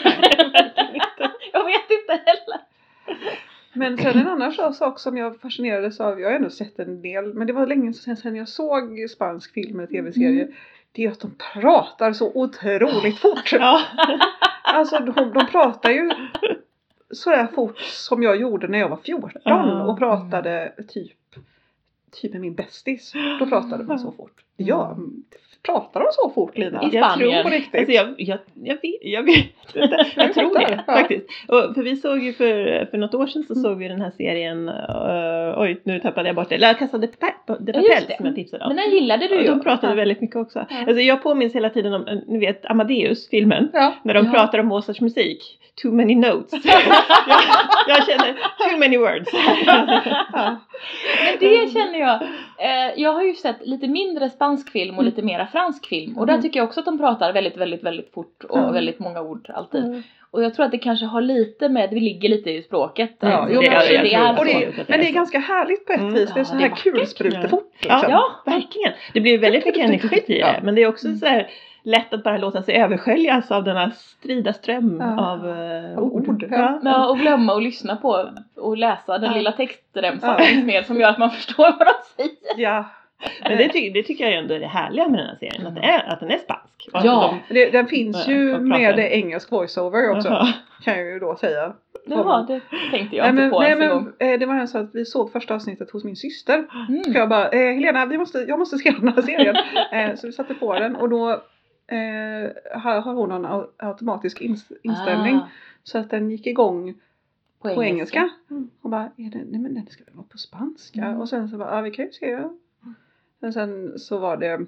Jag vet inte heller. Men sen en annan sak som jag fascinerades av, jag har ändå sett en del, men det var länge sedan sen jag såg spansk film eller tv-serie, mm. det är att de pratar så otroligt fort. Ja. Alltså de, de pratar ju så där fort som jag gjorde när jag var fjorton mm. och pratade typ, typ med min bästis. Då pratade man så fort. Ja, pratar de så fort, Lina? I jag tror på riktigt. Alltså jag, jag, jag vet, jag vet inte. Jag tror det faktiskt. Och för vi såg ju för, för något år sedan så såg vi den här serien, uh, oj nu tappade jag bort det. La Casa de Papel, de Papel som jag tipsade om. Men den gillade du ju. Och de pratade ja. väldigt mycket också. Ja. Alltså jag påminns hela tiden om, ni vet Amadeus-filmen. Ja. När de ja. pratar om Mozarts musik. Too many notes. jag, jag känner too many words. Ja. Men det känner jag. Eh, jag har ju sett lite mindre spansk film och lite mera fransk film. Och där tycker jag också att de pratar väldigt, väldigt, väldigt fort. Och mm. väldigt många ord alltid. Mm. Och jag tror att det kanske har lite med, det ligger lite i språket. Ja, det, jo, det, det, är, det, är, det, är, men det är ganska härligt på ett mm. vis. Det är sån här kulsprutefort. Liksom. Ja, ja, verkligen. Det blir väldigt mycket energi i det. Men det är också så här lätt att bara låta sig översköljas av denna strida ström ja. av uh, ord. ord. Ja. Ja, och glömma och lyssna på och läsa den ja. lilla textremsan ja. med som gör att man förstår vad de säger. Ja. Men det, ty- det tycker jag ändå är det härliga med den här serien. Att, det är, att den är spansk. Ja, de, det, den finns ju med engelsk voiceover också. Uh-huh. Kan jag ju då säga. Jaha, det tänkte jag nej, inte på nej, ens en men, gång. Det var så att vi såg första avsnittet hos min syster. Mm. Så jag bara, eh, Helena, vi måste, jag måste se den här serien. eh, så vi satte på den och då eh, har, har hon en au- automatisk ins- inställning. Ah. Så att den gick igång På, på engelska. engelska. Mm. Och bara, är det, nej men den ska väl vara på spanska. Mm. Och sen så bara, ja vi kan ju se. Men sen så var det,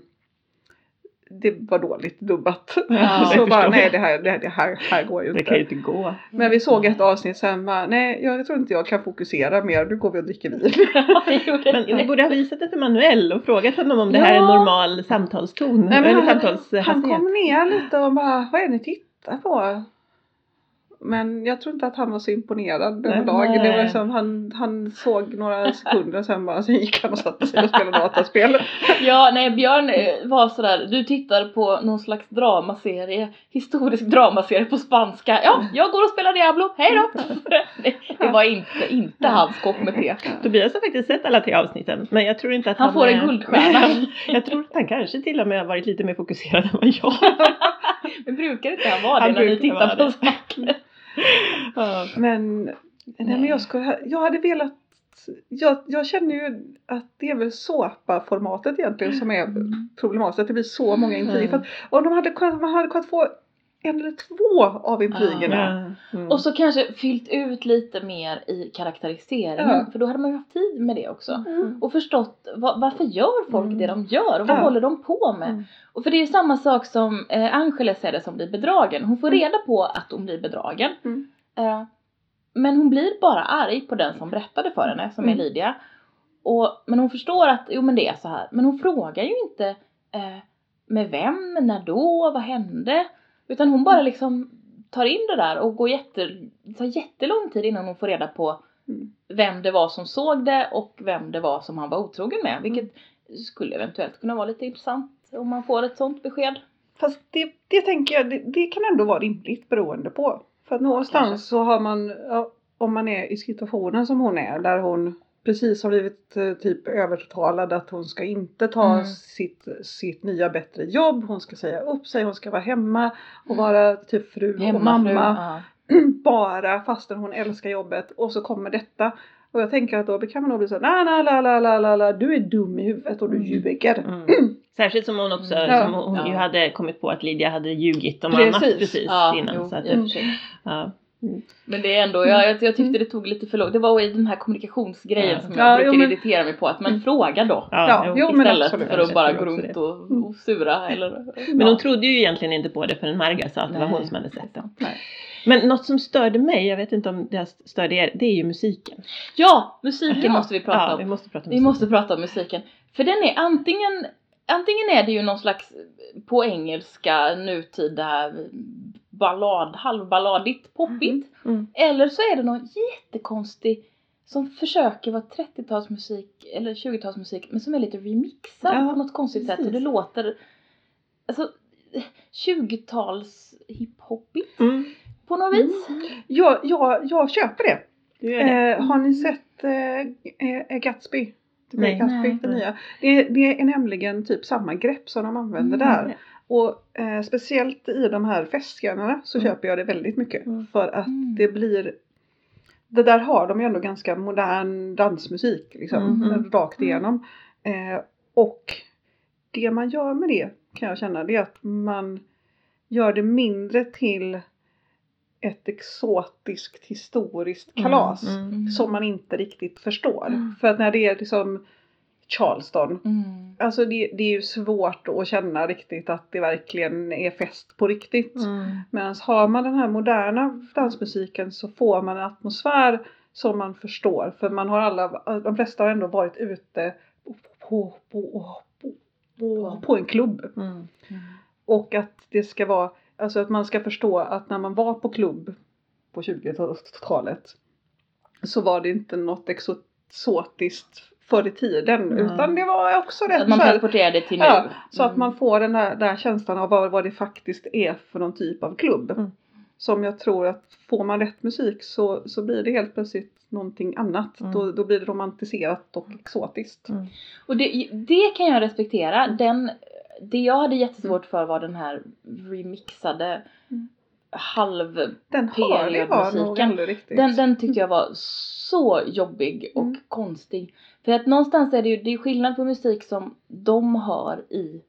det var dåligt dubbat. Ja, så bara, jag. nej det här, det, här, det här, här går ju Det inte. kan ju inte gå. Men vi såg ett avsnitt sen bara, nej jag tror inte jag kan fokusera mer. Nu går vi och dricker vin. Men vi borde ha visat det för Manuel och frågat honom om det här är Ja. normal samtalston. Nej, men eller han, samtalshastighet. han kom ner lite och bara, vad är det ni tittar på? Men jag tror inte att han var så imponerad Nej, överlag. nej. Det var liksom, han, han såg några sekunder sen bara, sen gick han och satte sig och spelade dataspel. Ja, nej, Björn eh, var sådär, du tittar på någon slags dramaserie, historisk dramaserie på spanska. Ja, jag går och spelar Diablo, hej då! det, det var inte, inte hans kopp med te. Tobias har faktiskt sett alla tre avsnitten. Men jag tror inte att Han han, får en är- guldstjärna. Jag tror att han kanske till och med har varit lite mer fokuserad än vad jag. Men brukar inte han vara det Han när ni brukar tittar vara på det. saker? Ja. Men, nej, men jag, skulle, jag hade velat, jag, jag känner ju att det är väl såpa-formatet egentligen som är problematiskt. Att det blir så många intriger. Mm. För att om de hade kunnat, man hade kunnat få en eller två av intrigerna. Ja. Mm. Och så kanske fyllt ut lite mer i karaktäriseringen. Ja. För då hade man ju haft tid med det också. Mm. Och förstått va- varför gör folk Mm. det de gör och vad Ja. håller de på med. Mm. Och för det är ju samma sak som eh, Angeles är det som blir bedragen. Hon får Mm. reda på att hon blir bedragen. Mm. Eh, men hon blir bara arg på den som berättade för henne, som Mm. är Lydia. Och, men hon förstår att jo men det är så här. Men hon frågar ju inte eh, med vem, när då, vad hände. Utan hon bara liksom tar in det där och går jätte, det tar jättelång tid innan hon får reda på Mm. vem det var som såg det och vem det var som han var otrogen med. Vilket skulle eventuellt kunna vara lite intressant om man får ett sånt besked. Fast det, det tänker jag, det, det kan ändå vara rimligt beroende på. För att någonstans kanske. så har man, ja, om man är i situationen som hon är, där hon precis har blivit eh, typ övertalad att hon ska inte ta Mm. sitt, sitt nya bättre jobb, hon ska säga upp sig, hon ska vara hemma och Mm. vara typ fru och Hemmafru, mamma. ja. Bara fastän hon älskar jobbet och så kommer detta. Och jag tänker att då kan man nog bli så nej nej la la la la la du är dum i huvudet och du ljuger. Mm. Särskilt som hon också, Mm. som hon Ja. ju hade kommit på att Lydia hade ljugit om Precis. annat precis Ja, innan. jo, så att, i och för sig. ja. Men det är ändå, jag, jag, jag tyckte det tog lite för långt. Det var i den här kommunikationsgrejen Ja. som jag Ja, brukar jo, men- irritera mig på. Att man frågar då. Ja, jo. jo, men Istället absolut. för att bara Jag gå tror också runt det. och, och sura. Eller, Men hon trodde ju egentligen inte på det förrän Marga sa att det var Nej. hon som hade sett det. Nej. Men något som störde mig, jag vet inte om det störde er, det är ju musiken. Ja, musiken Ja. måste vi prata Ja, om. vi måste prata om Vi musiken. måste prata om musiken. För den är antingen, antingen är det ju någon slags på engelska nutida ballad, halvballadigt, poppigt. Mm. Eller så är det någon jättekonstig som försöker vara trettiotalsmusik eller tjugotalsmusik men som är lite remixad Ja, på något konstigt sätt. Och precis. det låter alltså tjugotals hiphoppigt Mm. på något vis. Jag, jag, jag köper det. Du gör det. Eh, har ni sett eh, eh, Gatsby? Nej. Gatsby, Nej. det nya. Det, det är nämligen typ samma grepp som de använder Mm. där. Och eh, speciellt i de här festscenerna så Mm. köper jag det väldigt mycket. Mm. För att Mm. det blir, det där har de ju ändå ganska modern dansmusik liksom, Mm. rakt igenom. Eh, och det man gör med det kan jag känna, det är att man gör det mindre till ett exotiskt historiskt kalas. Mm. Mm. Som man inte riktigt förstår. Mm. För att när det är liksom Charleston. Mm. Alltså det, det är ju svårt att känna riktigt att det verkligen är fest på riktigt. Mm. Medan har man den här moderna dansmusiken så får man en atmosfär som man förstår. För man har alla, de flesta har ändå varit ute på, på, på, på, på, på en klubb. Mm. Och att det ska vara, alltså att man ska förstå att när man var på klubb på tjugotalet så var det inte något exotiskt förr i tiden. Mm. Utan det var också Så rätt att man så här- transporterar det till nu. ja, så att Mm. man får den här, den här känslan av vad, vad det faktiskt är för någon typ av klubb. Mm. Som jag tror att får man rätt musik så, så blir det helt plötsligt någonting annat. Mm. Då, då blir det romantiserat och exotiskt. Mm. Och det, det kan jag respektera. Den, det jag hade jättesvårt för var den här remixade Mm. halv... Den har det var nog Periodmusiken. aldrig riktigt. Den, den tyckte jag var så jobbig och Mm. konstig. För att någonstans är det ju det är skillnad på musik som de har i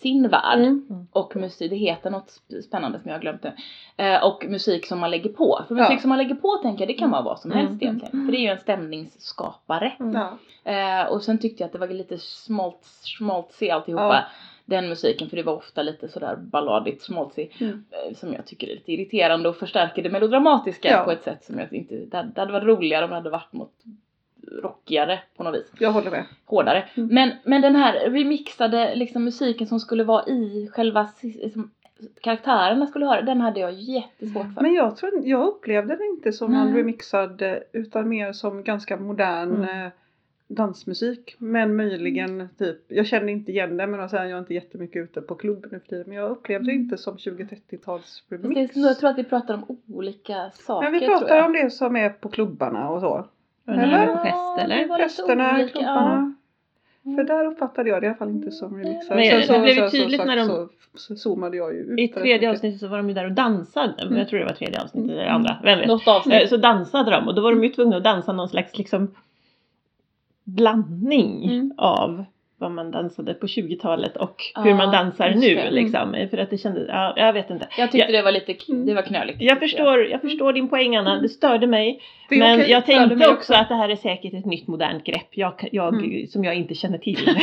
sin värld. Mm. Och musik, det heter något spännande som jag har glömt det. Eh, och musik som man lägger på. För musik Ja. som man lägger på tänker jag, det kan vara vad som helst Mm. egentligen. För det är ju en stämningsskapare. Mm. Ja. Eh, och sen tyckte jag att det var lite smolt, smoltsig alltihopa. Ja. Den musiken, för det var ofta lite sådär balladigt, smoltsig. Mm. Eh, som jag tycker är lite irriterande och förstärker det melodramatiska Ja. på ett sätt som jag inte... Det, det hade varit roligare om det hade varit något rockigare på något vis. Jag håller med. Hårdare. Mm. Men, men den här remixade liksom, musiken som skulle vara i själva liksom, karaktärerna skulle höra, den hade jag jättesvårt för. Men jag tror jag upplevde det inte som Nej. någon remixad utan mer som ganska modern Mm. eh, dansmusik. Men möjligen typ, jag kände inte igen det, men jag är inte jättemycket ute på klubb nu för tiden. Men jag upplevde det inte som tjugo-trettio-tals Fast remix. det är, jag tror att vi pratar om olika saker. Men vi tror pratar jag. om det som är på klubbarna och så. Eller Eller? på fest eller? det var lite Festerna, olika, klubbarna. För där uppfattade jag det i alla fall inte som remixar. Men Sen det blev ju tydligt så, när de- så, så zoomade jag ju ut. I rätt tredje mycket. avsnittet så var de ju där och dansade. Men Mm. jag tror det var tredje avsnittet eller Mm. andra. Vem vet. Något avsnitt. Eh, Så dansade de. Och då var de ju tvungna att dansa någon slags liksom blandning Mm. av vad man dansade på tjugotalet och hur Ja, man dansar just nu det. liksom. För att det kändes, ja, jag vet inte. Jag tyckte Jag- det var lite, det var knöligt. Jag förstår, jag förstår din poäng Anna, det störde mig. Det är Men okej, jag störde tänkte mig också att det här är säkert ett nytt modernt grepp jag, jag, Mm. som jag inte känner till.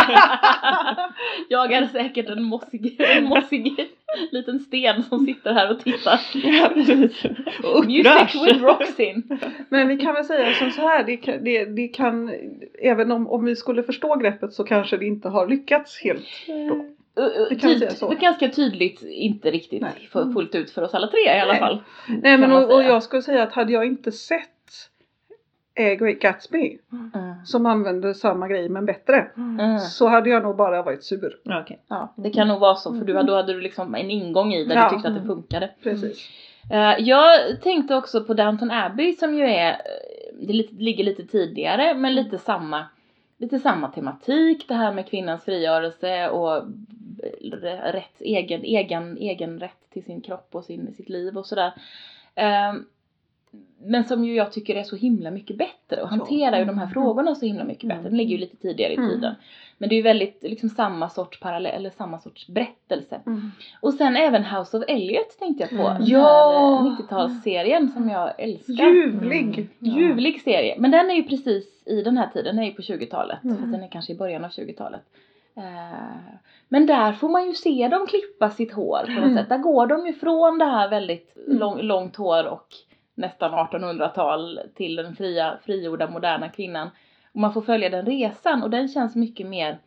Jag är säkert en mossig, en mossig liten sten som sitter här och tittar. Ja, precis. Och Music upprörs. with rocks in. Men vi kan väl säga som så här, det kan, det, det kan även om, om vi skulle förstå greppet så kanske det inte har lyckats helt. Det kan vi säga så. Det är ganska tydligt inte riktigt Nej. för, fullt ut för oss alla tre i alla Nej. fall. Nej men kan man och, och säga. jag skulle säga att hade jag inte sett eh, Great Gatsby Mm. som använder samma grej men bättre Mm. så hade jag nog bara varit sur. Ja, okej. Ja, det kan nog vara så, för du, då hade du liksom en ingång i där Ja. du tyckte att det funkade. Precis. Eh, jag tänkte också på Downton Abbey som ju är, eh, det lite, ligger lite tidigare men lite samma, lite samma tematik, det här med kvinnans frigörelse och r- rätt, egen, egen, egen rätt till sin kropp och sin, sitt liv och sådär. Eh, men som ju jag tycker är så himla mycket bättre och hanterar ju de här frågorna så himla mycket bättre. Den ligger ju lite tidigare i Mm. tiden. Men det är ju väldigt liksom samma sorts parallell, eller samma sorts berättelse. Mm. Och sen även House of Elliot tänkte jag på. Mm. Den Ja! här nittiotalsserien som jag älskar. Ljuvlig! Mm. Ja. Ljuvlig serie. Men den är ju precis i den här tiden. Den är ju på tjugotalet. Mm. Fast den är kanske i början av tjugotalet. Eh, men där får man ju se dem klippa sitt hår på något Mm. sätt. Där går de ju från det här väldigt Mm. lång, långt hår och nästan artonhundratal till den fria, frigjorda moderna kvinnan. Och man får följa den resan och den känns mycket mer...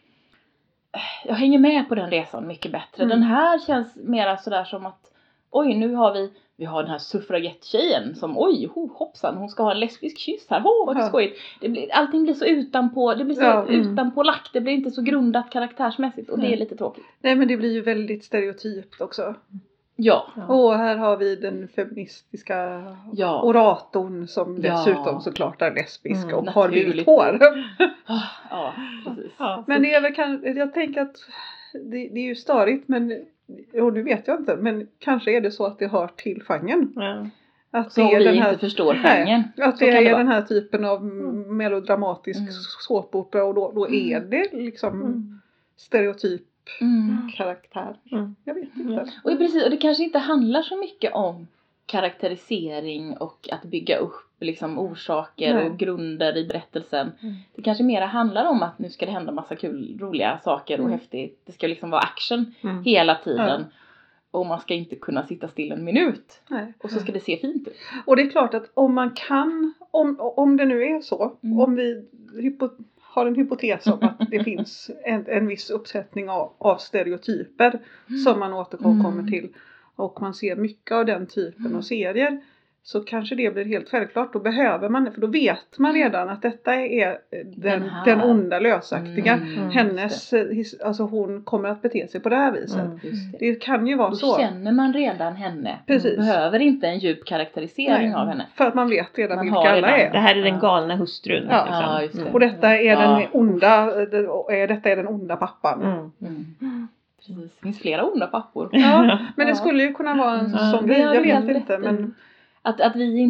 Jag hänger med på den resan mycket bättre. Mm. Den här känns mer sådär som att oj, nu har vi vi har den här suffragettjejen som oj, ho, hoppsan, hon ska ha en lesbisk kyss här. Åh, vad Ja. skojigt. Det blir, allting blir så utanpå, det blir så Ja, mm. utanpå lagt. Det blir inte så grundat karaktärsmässigt och det är Mm. lite tråkigt. Nej men det blir ju väldigt stereotypt också. Ja. Ja. Och här har vi den feministiska Ja. oratorn som Ja. dessutom såklart är lesbisk Mm, och har vitt naturligt. hår. Ja, precis. Ja, Men det är väl kan, jag tänker att det, det är ju störigt men och nu vet jag inte men kanske är det så att det hör till genren. Ja. Att Så det är vi den inte här, förstår nej, genren. att Så det kan det är vara. den här typen av Mm. melodramatisk Mm. såpopera och då, då är det liksom Mm. stereotyp Mm. karaktär. Mm. Jag vet inte. Mm. Och, precis, och det kanske inte handlar så mycket om karaktärisering och att bygga upp liksom orsaker Nej. och grunder i berättelsen. Mm. Det kanske mer handlar om att nu ska det hända massa kul, roliga saker och Mm. häftigt. Det ska liksom vara action Mm. hela tiden. Och man ska inte kunna sitta still en minut. Nej. Och så ska det se fint ut. Och det är klart att om man kan, om, om det nu är så, Mm. om vi hypo, har en hypotes om att det finns en, en viss uppsättning av, av stereotyper som man återkommer Mm. till och man ser mycket av den typen Mm. av serier så kanske det blir helt självklart. Då behöver man, för då vet man redan att detta är den, Den den, här. onda lösaktiga. Mm, Hennes, eh, his- alltså hon kommer att bete sig på det här viset. Mm. Just det. Det kan ju vara Då så. känner man redan henne. Precis. Behöver inte en djup karaktärisering Nej. av henne. För att man vet redan Man vilka har alla redan- är. Det här är den Ja. galna hustrun. Ja. liksom. Ja, just det. Och detta är Ja. den onda, det- är, detta är den onda pappan. Mm. Mm. Precis. Det finns flera onda pappor. Ja, men det Ja. skulle ju kunna vara en Mm. sån Det grej, har jag du vet helt inte. rätt i. Men Att, att vi inte Mm.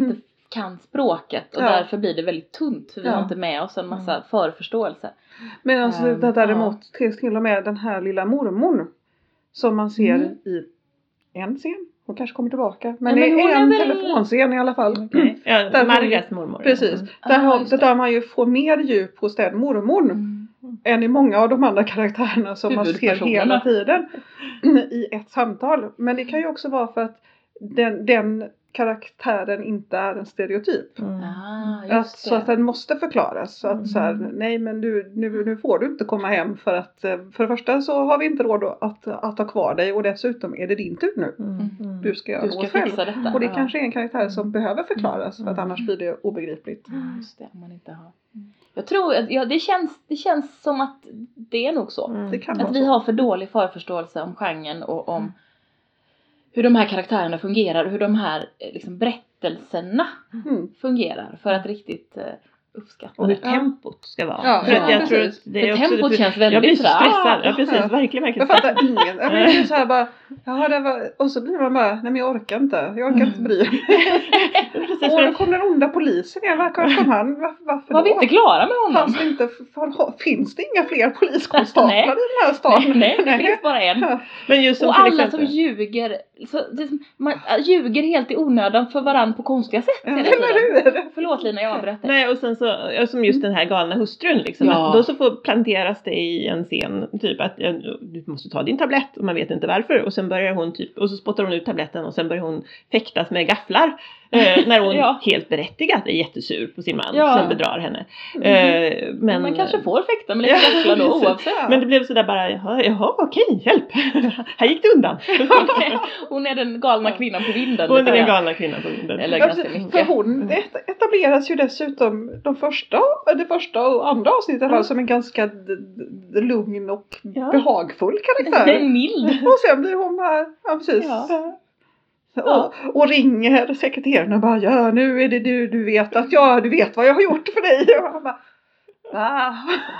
kan språket och Ja. därför blir det väldigt tunt för vi Ja. har inte med oss en massa Mm. förförståelse. Men alltså Um, det däremot till, till och med den här lilla mormon som man ser Mm. i en scen. Hon kanske kommer tillbaka. Men, Nej, men det hon är är en väl- telefonscen i alla fall. Okay. Ja, Där hon- Margas mormor. Precis. Mm. Där, Ah, har, just det. där man ju får mer djup hos den mormon. Mm. Än i många av de andra karaktärerna som man ser Huvudpersonerna. hela tiden i ett samtal. Men det kan ju också vara för att den, den karaktären inte är en stereotyp. Mm. Ah, Att, just så att det. den måste förklaras. Så att så här, Mm. nej men du, nu, nu får du inte komma hem för att eh, för det första så har vi inte råd att, att ha kvar dig och dessutom är det din tur nu. Mm. Mm. Du ska göra Du ska något själv. fixa detta. Och det Ja. kanske är en karaktär som behöver förklaras för att Mm. annars blir det obegripligt. Ja, just det, om man inte har. Jag tror att ja, det, känns, det känns som att det är nog så. Mm. Det kan Att vara vi så. har för dålig förförståelse om genren och om hur de här karaktärerna fungerar och hur de här eh, liksom, berättelserna Mm. fungerar för att riktigt eh, uppskatta Och hur det. tempot ska vara. Ja, för att ja, jag tror precis. att det För är också, tempot känns jag blir väldigt så sådär, stressad. ah, Ja, precis. ja. Verkligen, verkligen Jag fattar ingen. Jag blir så här bara, ja, det var, och så blir man bara, nej men jag orkar inte. Jag orkar inte bry mig. Precis, Och för då att- kom den onda polisen igen. Varför kom han? Varför, varför Var då? vi inte klara med honom? Fanns det inte, för, finns det inga fler poliskonstaplar Nej. i den här stan? Nej, nej, det finns bara en. Men just som Och till alla exempel, som ljuger, så, det, som- man äh, ljuger helt i onödan för varann på konstiga sätt Ja, hela eller tiden. hur? Förlåt Lina, jag avbröt dig. Nej, och sen så, ja, som just den här galna hustrun liksom, Ja. att då så får planteras det i en scen typ att ja, du måste ta din tablett och man vet inte varför och sen börjar hon typ, och så spottar hon ut tabletten och sen börjar hon fäktas med gafflar eh, när hon Ja. helt berättigat är jättesur på sin man Ja. som bedrar henne. Eh, men, Man kanske får fäkta med lite gafflar då oavsett. men det blev sådär bara, jaha, jaha okej, hjälp, här gick det undan. Hon är den galna kvinnan på vinden. Hon är lite den grann. galna kvinnan på vinden. Eller Ja, ganska precis. mycket. För hon et- etableras ju dessutom de första, det första och andra avsnittet i alla fall som en ganska d- d- lugn och Ja. behagfull karaktär. En mild. Och sen blir hon bara, ja precis. Ja. Och, och ringer sekreteraren och bara, ja nu är det du, du vet att jag, du vet vad jag har gjort för dig. Och han bara, ah.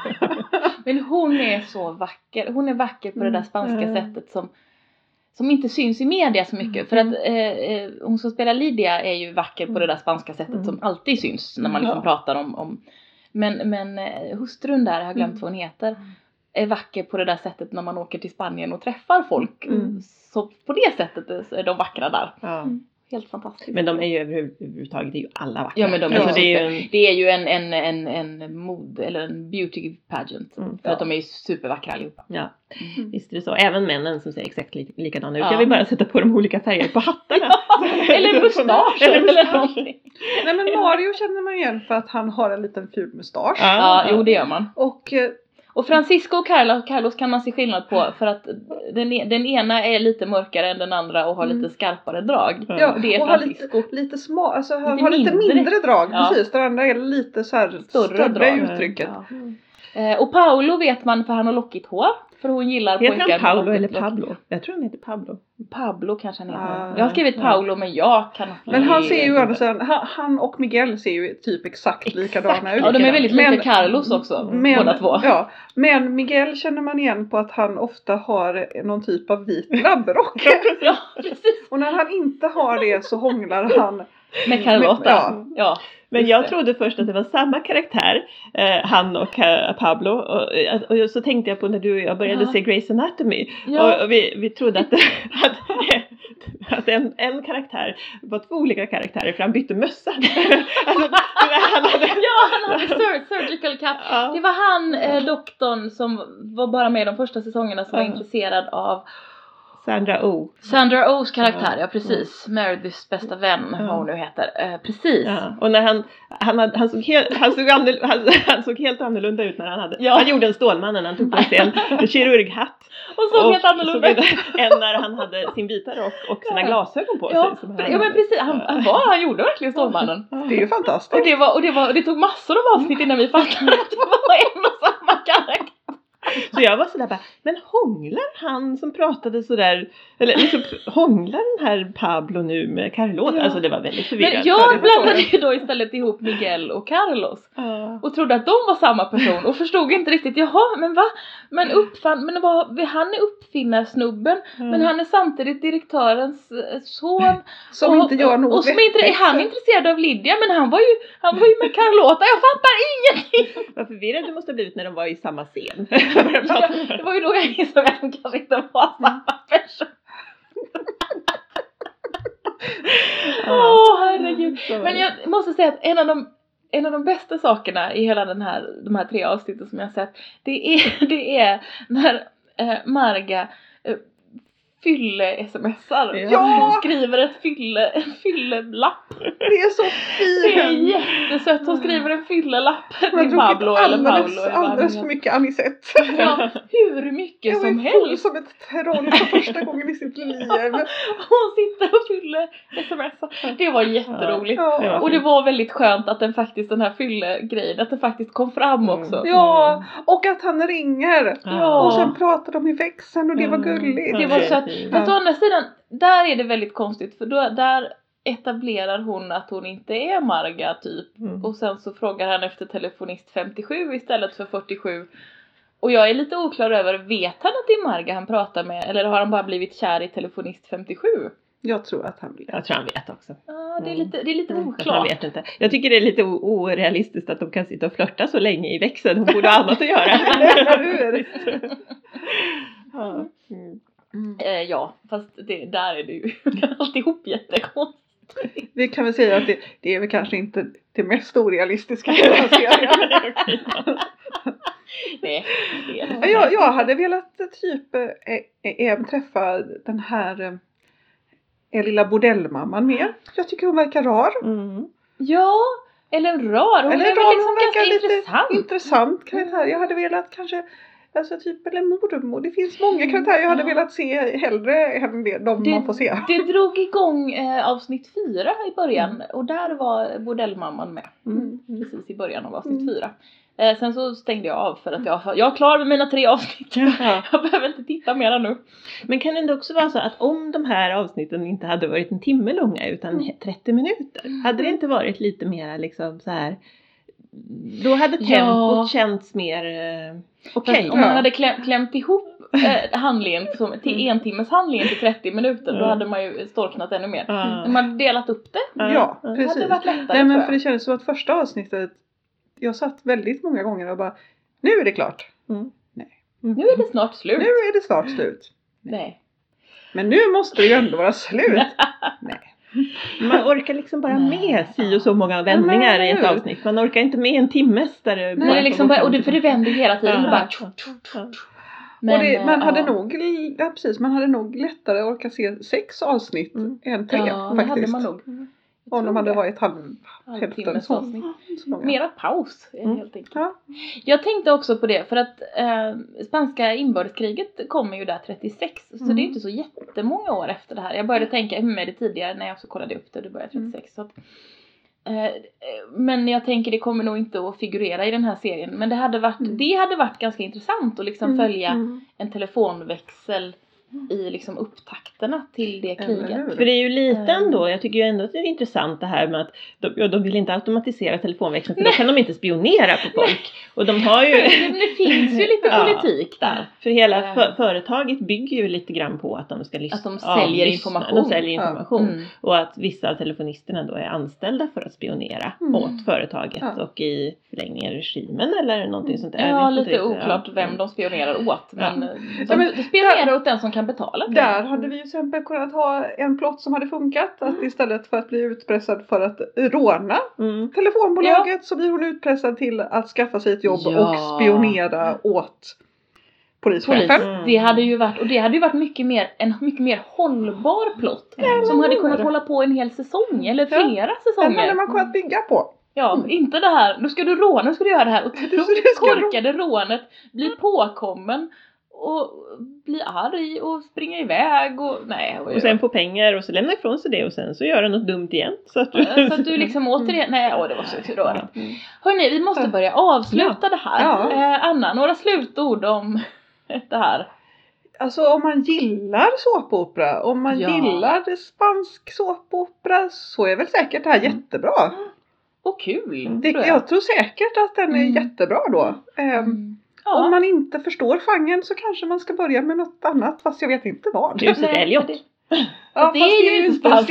Men hon är så vacker. Hon är vacker på det där spanska Mm. sättet som, som inte syns i media så mycket. För att eh, eh, hon som spelar Lydia är ju vacker på det där spanska sättet Mm. som alltid syns när man liksom Ja. pratar om, om. Men, men eh, hustrun där, jag har glömt Mm. vad hon heter, är vacker på det där sättet när man åker till Spanien och träffar folk. Mm. Så på det sättet är de vackra där. Ja. Helt fantastiskt. Men de är ju överhuvudtaget, det är ju alla vackra. Ja, men de är alltså, det är super. ju en, Det är ju en, en, en, en mod eller en beauty pageant. Mm, För ja. att de är ju supervackra allihopa. ja, Mm. visst är det så. Även männen som ser exakt li- likadana ut. Ja. Jag vill bara sätta på dem olika färger på hattarna. Eller mustasch Eller eller, mustasch. någonting. Nej men Mario känner man igen för att han har en liten ful mustasch. Ja, jo det gör man. Och eh, Och Francisco och Carlos, Carlos kan man se skillnad på för att den, e- den ena är lite mörkare än den andra och har Mm. lite skarpare drag. Ja. Och det är och har Francisco. lite, lite små, alltså han Lite har lite mindre. mindre drag. Ja. Precis, den andra är lite så här Större större, drag. uttrycket. Ja. Eh, och Paolo vet man för han har lockigt hår. För hon gillar Heter pojkar han Paolo med eller lockigt lock. Pablo? Jag tror han heter Pablo. Pablo kanske han heter. Ah, jag har skrivit ja. Paolo men jag kan Men han Nej, ser ju jag å vet andra sidan, han, han och Miguel ser ju typ exakt likadana ut. Ja, de är väldigt lika Men- Carlos också. Men, båda två. Ja, men Miguel känner man igen på att han ofta har någon typ av vit labbrock. Ja, precis. Och när han inte har det så hånglar han. Med Carlota. Ja. Ja. Men Just jag det. trodde först att det var samma karaktär, eh, han och eh, Pablo. Och, och så tänkte jag på när du och jag började Ja. se Grey's Anatomy. Ja. Och, och vi, vi trodde att, att, att en, en karaktär var två olika karaktärer för han bytte mössa. Alltså, han hade, Ja, han hade sur- surgical cap. ja. Det var han, eh, doktorn, som var bara med i de första säsongerna som var Ja. intresserad av Sandra Oh. Sandra Ohs karaktär. Ja. Ja, precis. Merediths bästa vän, Ja. vad hon nu heter. Eh, precis. Ja, och när han, han, hade, han, såg helt, han, såg annorl- han, han såg helt annorlunda ut när han hade, Ja. han gjorde en Stålmannen, han tog på sig en, en kirurghatt. Och såg helt annorlunda ut. såg än när han hade sin vita rock och sina Ja. glasögon på Ja, sig. Som han ja men precis. Han, han, var, han gjorde verkligen Stålmannen. Det är ju fantastiskt. Och det, var, och, det var, och det tog massor av avsnitt innan vi fattade att det var en och samma karaktär. Så jag var sådär bara, men hånglar han som pratade sådär, eller liksom hånglar den här Pablo nu med Carlota? Ja. Alltså det var väldigt förvirrande. Men jag blandade ju då istället ihop Miguel och Carlos. Ja. Och trodde att de var samma person och förstod inte riktigt, jaha, men va? Men uppfann, men vad, han är uppfinnarsnubben, mm. men han är samtidigt direktörens son. Som och, inte gör något och, och som inte är han intresserad av Lydia, men han var ju, han var ju med Carlota, jag fattar ingenting. Vad förvirrad du måste ha blivit när de var i samma scen. Ja, det var ju då jag insåg att de kanske inte var samma person. Åh, oh, herregud. Men jag måste säga att en av de En av de bästa sakerna i hela den här, de här tre avsnitten som jag har sett, det är, det är när eh, Marga eh, fylle-smsar. Ja! Hon skriver ett fylle, en fyllelapp. Det är så fint. Det är jättesött. Hon skriver en fyllelapp till Pablo eller Paolo. Alldeles för mycket Anisette. Ja, hur mycket jag som helst. Jag var helst. som ett troll för första gången i sitt liv. Hon sitter och fyller smsar. Det var jätteroligt. Ja. Och det var väldigt skönt att den faktiskt, den här fyllegrejen, att den faktiskt kom fram också. Ja, och att han ringer. Ja. Och sen pratar de i växeln och det var gulligt. Det var så att, fast å andra sidan, där är det väldigt konstigt. För då, där etablerar hon att hon inte är Marga typ. Mm. Och sen så frågar han efter telefonist femtiosju istället för fyrtiosju. Och jag är lite oklar över, vet han att det är Marga han pratar med? Eller har han bara blivit kär i telefonist femtiosju? Jag tror att han vet. Jag tror han vet också. Ja, det är lite, det är lite Mm. oklart. Jag vet inte. Jag tycker det är lite o- orealistiskt att de kan sitta och flirta så länge i växeln. Hon borde ha annat att göra. Eller hur? Ja. Mm. Mm. Eh, ja, fast det, där är det ju alltihop jättekonstigt. Vi kan väl säga att det, det är väl kanske inte det mest orealistiska i hela serien. Nej, det är det. jag, jag hade velat typ äh, äh, träffa den här äh, lilla bordellmamman mer. Jag tycker hon verkar rar. Mm. Ja, eller rar. Hon eller är väl rar, liksom hon verkar ganska lite intressant. intressant karaktär. Jag hade velat kanske, alltså typ, eller mormor. Det finns många karaktärer jag hade Ja. velat se hellre än det, de Det, man får se. det drog igång eh, avsnitt fyra i början. Mm. Och där var bordellmamman med. Mm. Precis i början av avsnitt Mm. fyra. Eh, sen så stängde jag av för att jag, jag är klar med mina tre avsnitt. Ja. Jag behöver inte titta mera nu. Men kan det ändå också vara så att om de här avsnitten inte hade varit en timme långa utan Mm. trettio minuter. Hade det inte varit lite mer liksom så här. Då hade tempot Ja. känts mer eh, okej. Fast om man hade kläm, klämt ihop eh, handlingen som, till en timmes handlingen till trettio minuter. Då Mm. hade man ju storknat ännu mer. Ja. Men man hade delat upp det. Ja, Ja. precis. Det hade varit lättare. Nej, men tror för jag. det kändes som att första avsnittet, jag satt väldigt många gånger och bara, nu är det klart. Mm. Nu är det snart slut. Nu är det snart slut. Nej. Men nu måste det ju ändå vara slut. Nej. Man orkar liksom bara Nej. med si och så många vändningar i ett avsnitt. Man orkar inte med en timmes där det Nej, det är liksom bara, och det, för det vänder hela tiden. Det bara, Ja. Ja. men, och det, man eh, hade ja. nog, ja precis, man hade nog lättare orka se sex avsnitt Mm. än tre Ja, det faktiskt. hade man nog. Om de hade varit halv, hälften Halvtimmes så, avsnitt. så långa. Mera paus Mm. helt enkelt. Ja. Jag tänkte också på det för att eh, spanska inbörskriget kommer ju där trettiosex. Så Mm. det är inte så jättemånga år efter det här. Jag började tänka, hur med det tidigare när jag också kollade upp det. Det började trettiosex. Så att, eh, men jag tänker det kommer nog inte att figurera i den här serien. Men det hade varit, Mm. det hade varit ganska intressant att liksom Mm, följa mm. en telefonväxel i liksom upptakterna till det Eller kriget. hur? För det är ju lite Mm. ändå, jag tycker ju ändå att det är intressant det här med att de, ja, de vill inte automatisera telefonväxeln för då kan de inte spionera på folk. Och de har ju... Men det finns ju lite Ja. politik där. För hela Mm. för, företaget bygger ju lite grann på att de ska lyssna. Att de säljer avlyssna. information. De säljer information. Mm. Och att vissa av telefonisterna då är anställda för att spionera Mm. åt företaget Ja. och i förlängningen regimen eller någonting sånt där. Jag Ja, vet inte lite riktigt. oklart Ja. vem de spionerar åt. Men Ja. de, Ja, men de spionerar åt den som kan betala. Där hade vi ju till exempel kunnat ha en plott som hade funkat. Att istället för att bli utpressad för att råna Mm. telefonbolaget så blir hon utpressad till att skaffa sig ett jobb Ja. och spionera åt polischefen. Polis. Mm. Det hade ju varit, och det hade ju varit mycket mer, en mycket mer hållbar plott. Som hade kunnat hålla på en hel säsong eller Ja. flera Den säsonger. hade man kunnat bygga på. Ja, Mm. inte det här, nu ska du råna, nu ska du göra det här. Och Du ska- du ska korkade rånet blir påkommen. och bli arg och springa iväg och nej. Och, och sen få pengar och så lämna ifrån sig det och sen så gör han något dumt igen. Så att du, så att du liksom återigen, nej åh, det var så rörigt. Mm. Hörrni, vi måste börja avsluta ja. det här. Ja. Eh, Anna, några slutord om det här. Alltså om man gillar såpopera, om man ja. gillar spansk såpopera så är väl säkert det här mm. jättebra. Och kul. Det, tror jag. jag tror säkert att den är mm. jättebra då. Mm. Um, ja. Om man inte förstår genren så kanske man ska börja med något annat, fast jag vet inte vad. Huset Elliot. Ja, det är ju inte spansk.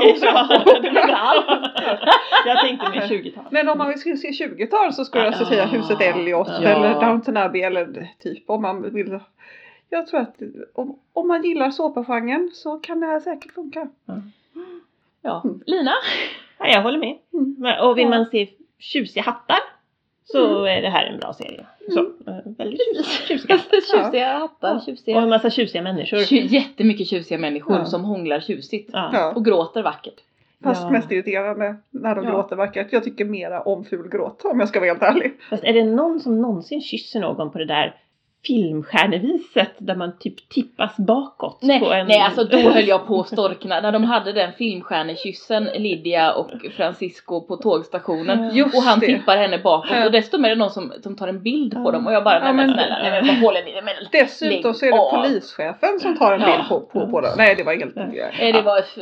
Jag tänkte med tjugotal. Men om man vill se tjugotal så skulle jag så säga Huset Elliot ja. eller Downton Abbey eller typ om man vill. Jag tror att om, om man gillar såpagenren så kan det här säkert funka. Mm. Ja, Lina? Ja, jag håller med. Mm. Och vill man se tjusiga hattar så mm. är det här en bra serie. Så, mm. väldigt tjusiga. tjusiga hattar. Tjusiga. Och en massa tjusiga människor. Tju- jättemycket tjusiga människor ja. som hånglar tjusigt. Ja. Och gråter vackert. Fast ja. mest irriterande när de ja. gråter vackert. Jag tycker mera om fulgråt om jag ska vara helt ärlig. Fast är det någon som någonsin kysser någon på det där filmstjärneviset där man typ tippas bakåt nej, på en... nej, alltså då höll jag på att storkna när de hade den filmstjärnekyssen Lydia och Francisco på tågstationen Just och han det. tippar henne bakåt ja. och dessutom är det någon som, som tar en bild på dem och jag bara, nej ja, men snälla, nej men vad håller ni men dessutom så är det av. polischefen som tar en bild ja. på, på, på dem. Nej, det var helt... Ja. Ja. Det var...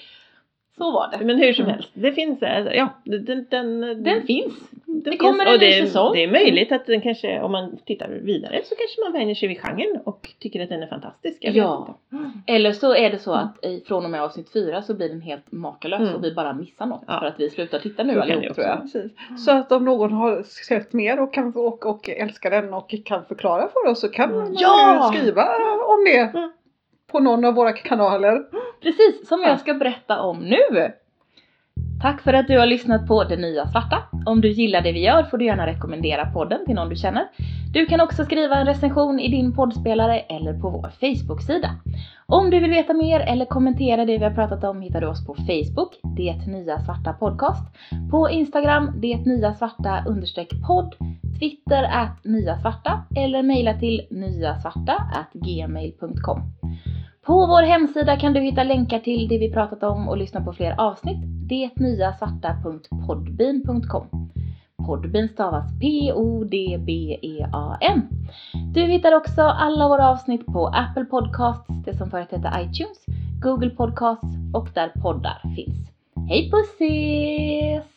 Så var det. Men hur som helst. Det finns, ja, den, den, den finns. Det finns. kommer en ny säsong. Det är möjligt att den kanske, om man tittar vidare så kanske man vänjer sig vid genren och tycker att den är fantastisk. Jag ja. Eller så är det så att mm. från och med avsnitt fyra så blir den helt makalös mm. och vi bara missar något ja. för att vi slutar titta nu allihop tror jag. Precis. Så att om någon har sett mer och, kan, och, och älskar den och kan förklara för oss så kan mm. man ja. skriva om det. Mm. På någon av våra kanaler. Precis, som jag ska berätta om nu. Tack för att du har lyssnat på Det Nya Svarta. Om du gillar det vi gör får du gärna rekommendera podden till någon du känner. Du kan också skriva en recension i din poddspelare eller på vår Facebook-sida. Om du vill veta mer eller kommentera det vi har pratat om hittar du oss på Facebook, Det Nya Svarta Podcast. På Instagram, Det Nya Svarta understreck podd. Twitter at Nya Svarta eller mejla till nyasvarta at gmail punkt com. På vår hemsida kan du hitta länkar till det vi pratat om och lyssna på fler avsnitt. det nya svarta punkt podbean punkt com. Podbean stavas P O D B E A N. Du hittar också alla våra avsnitt på Apple Podcasts, det som förut heter iTunes, Google Podcasts och där poddar finns. Hej pussis!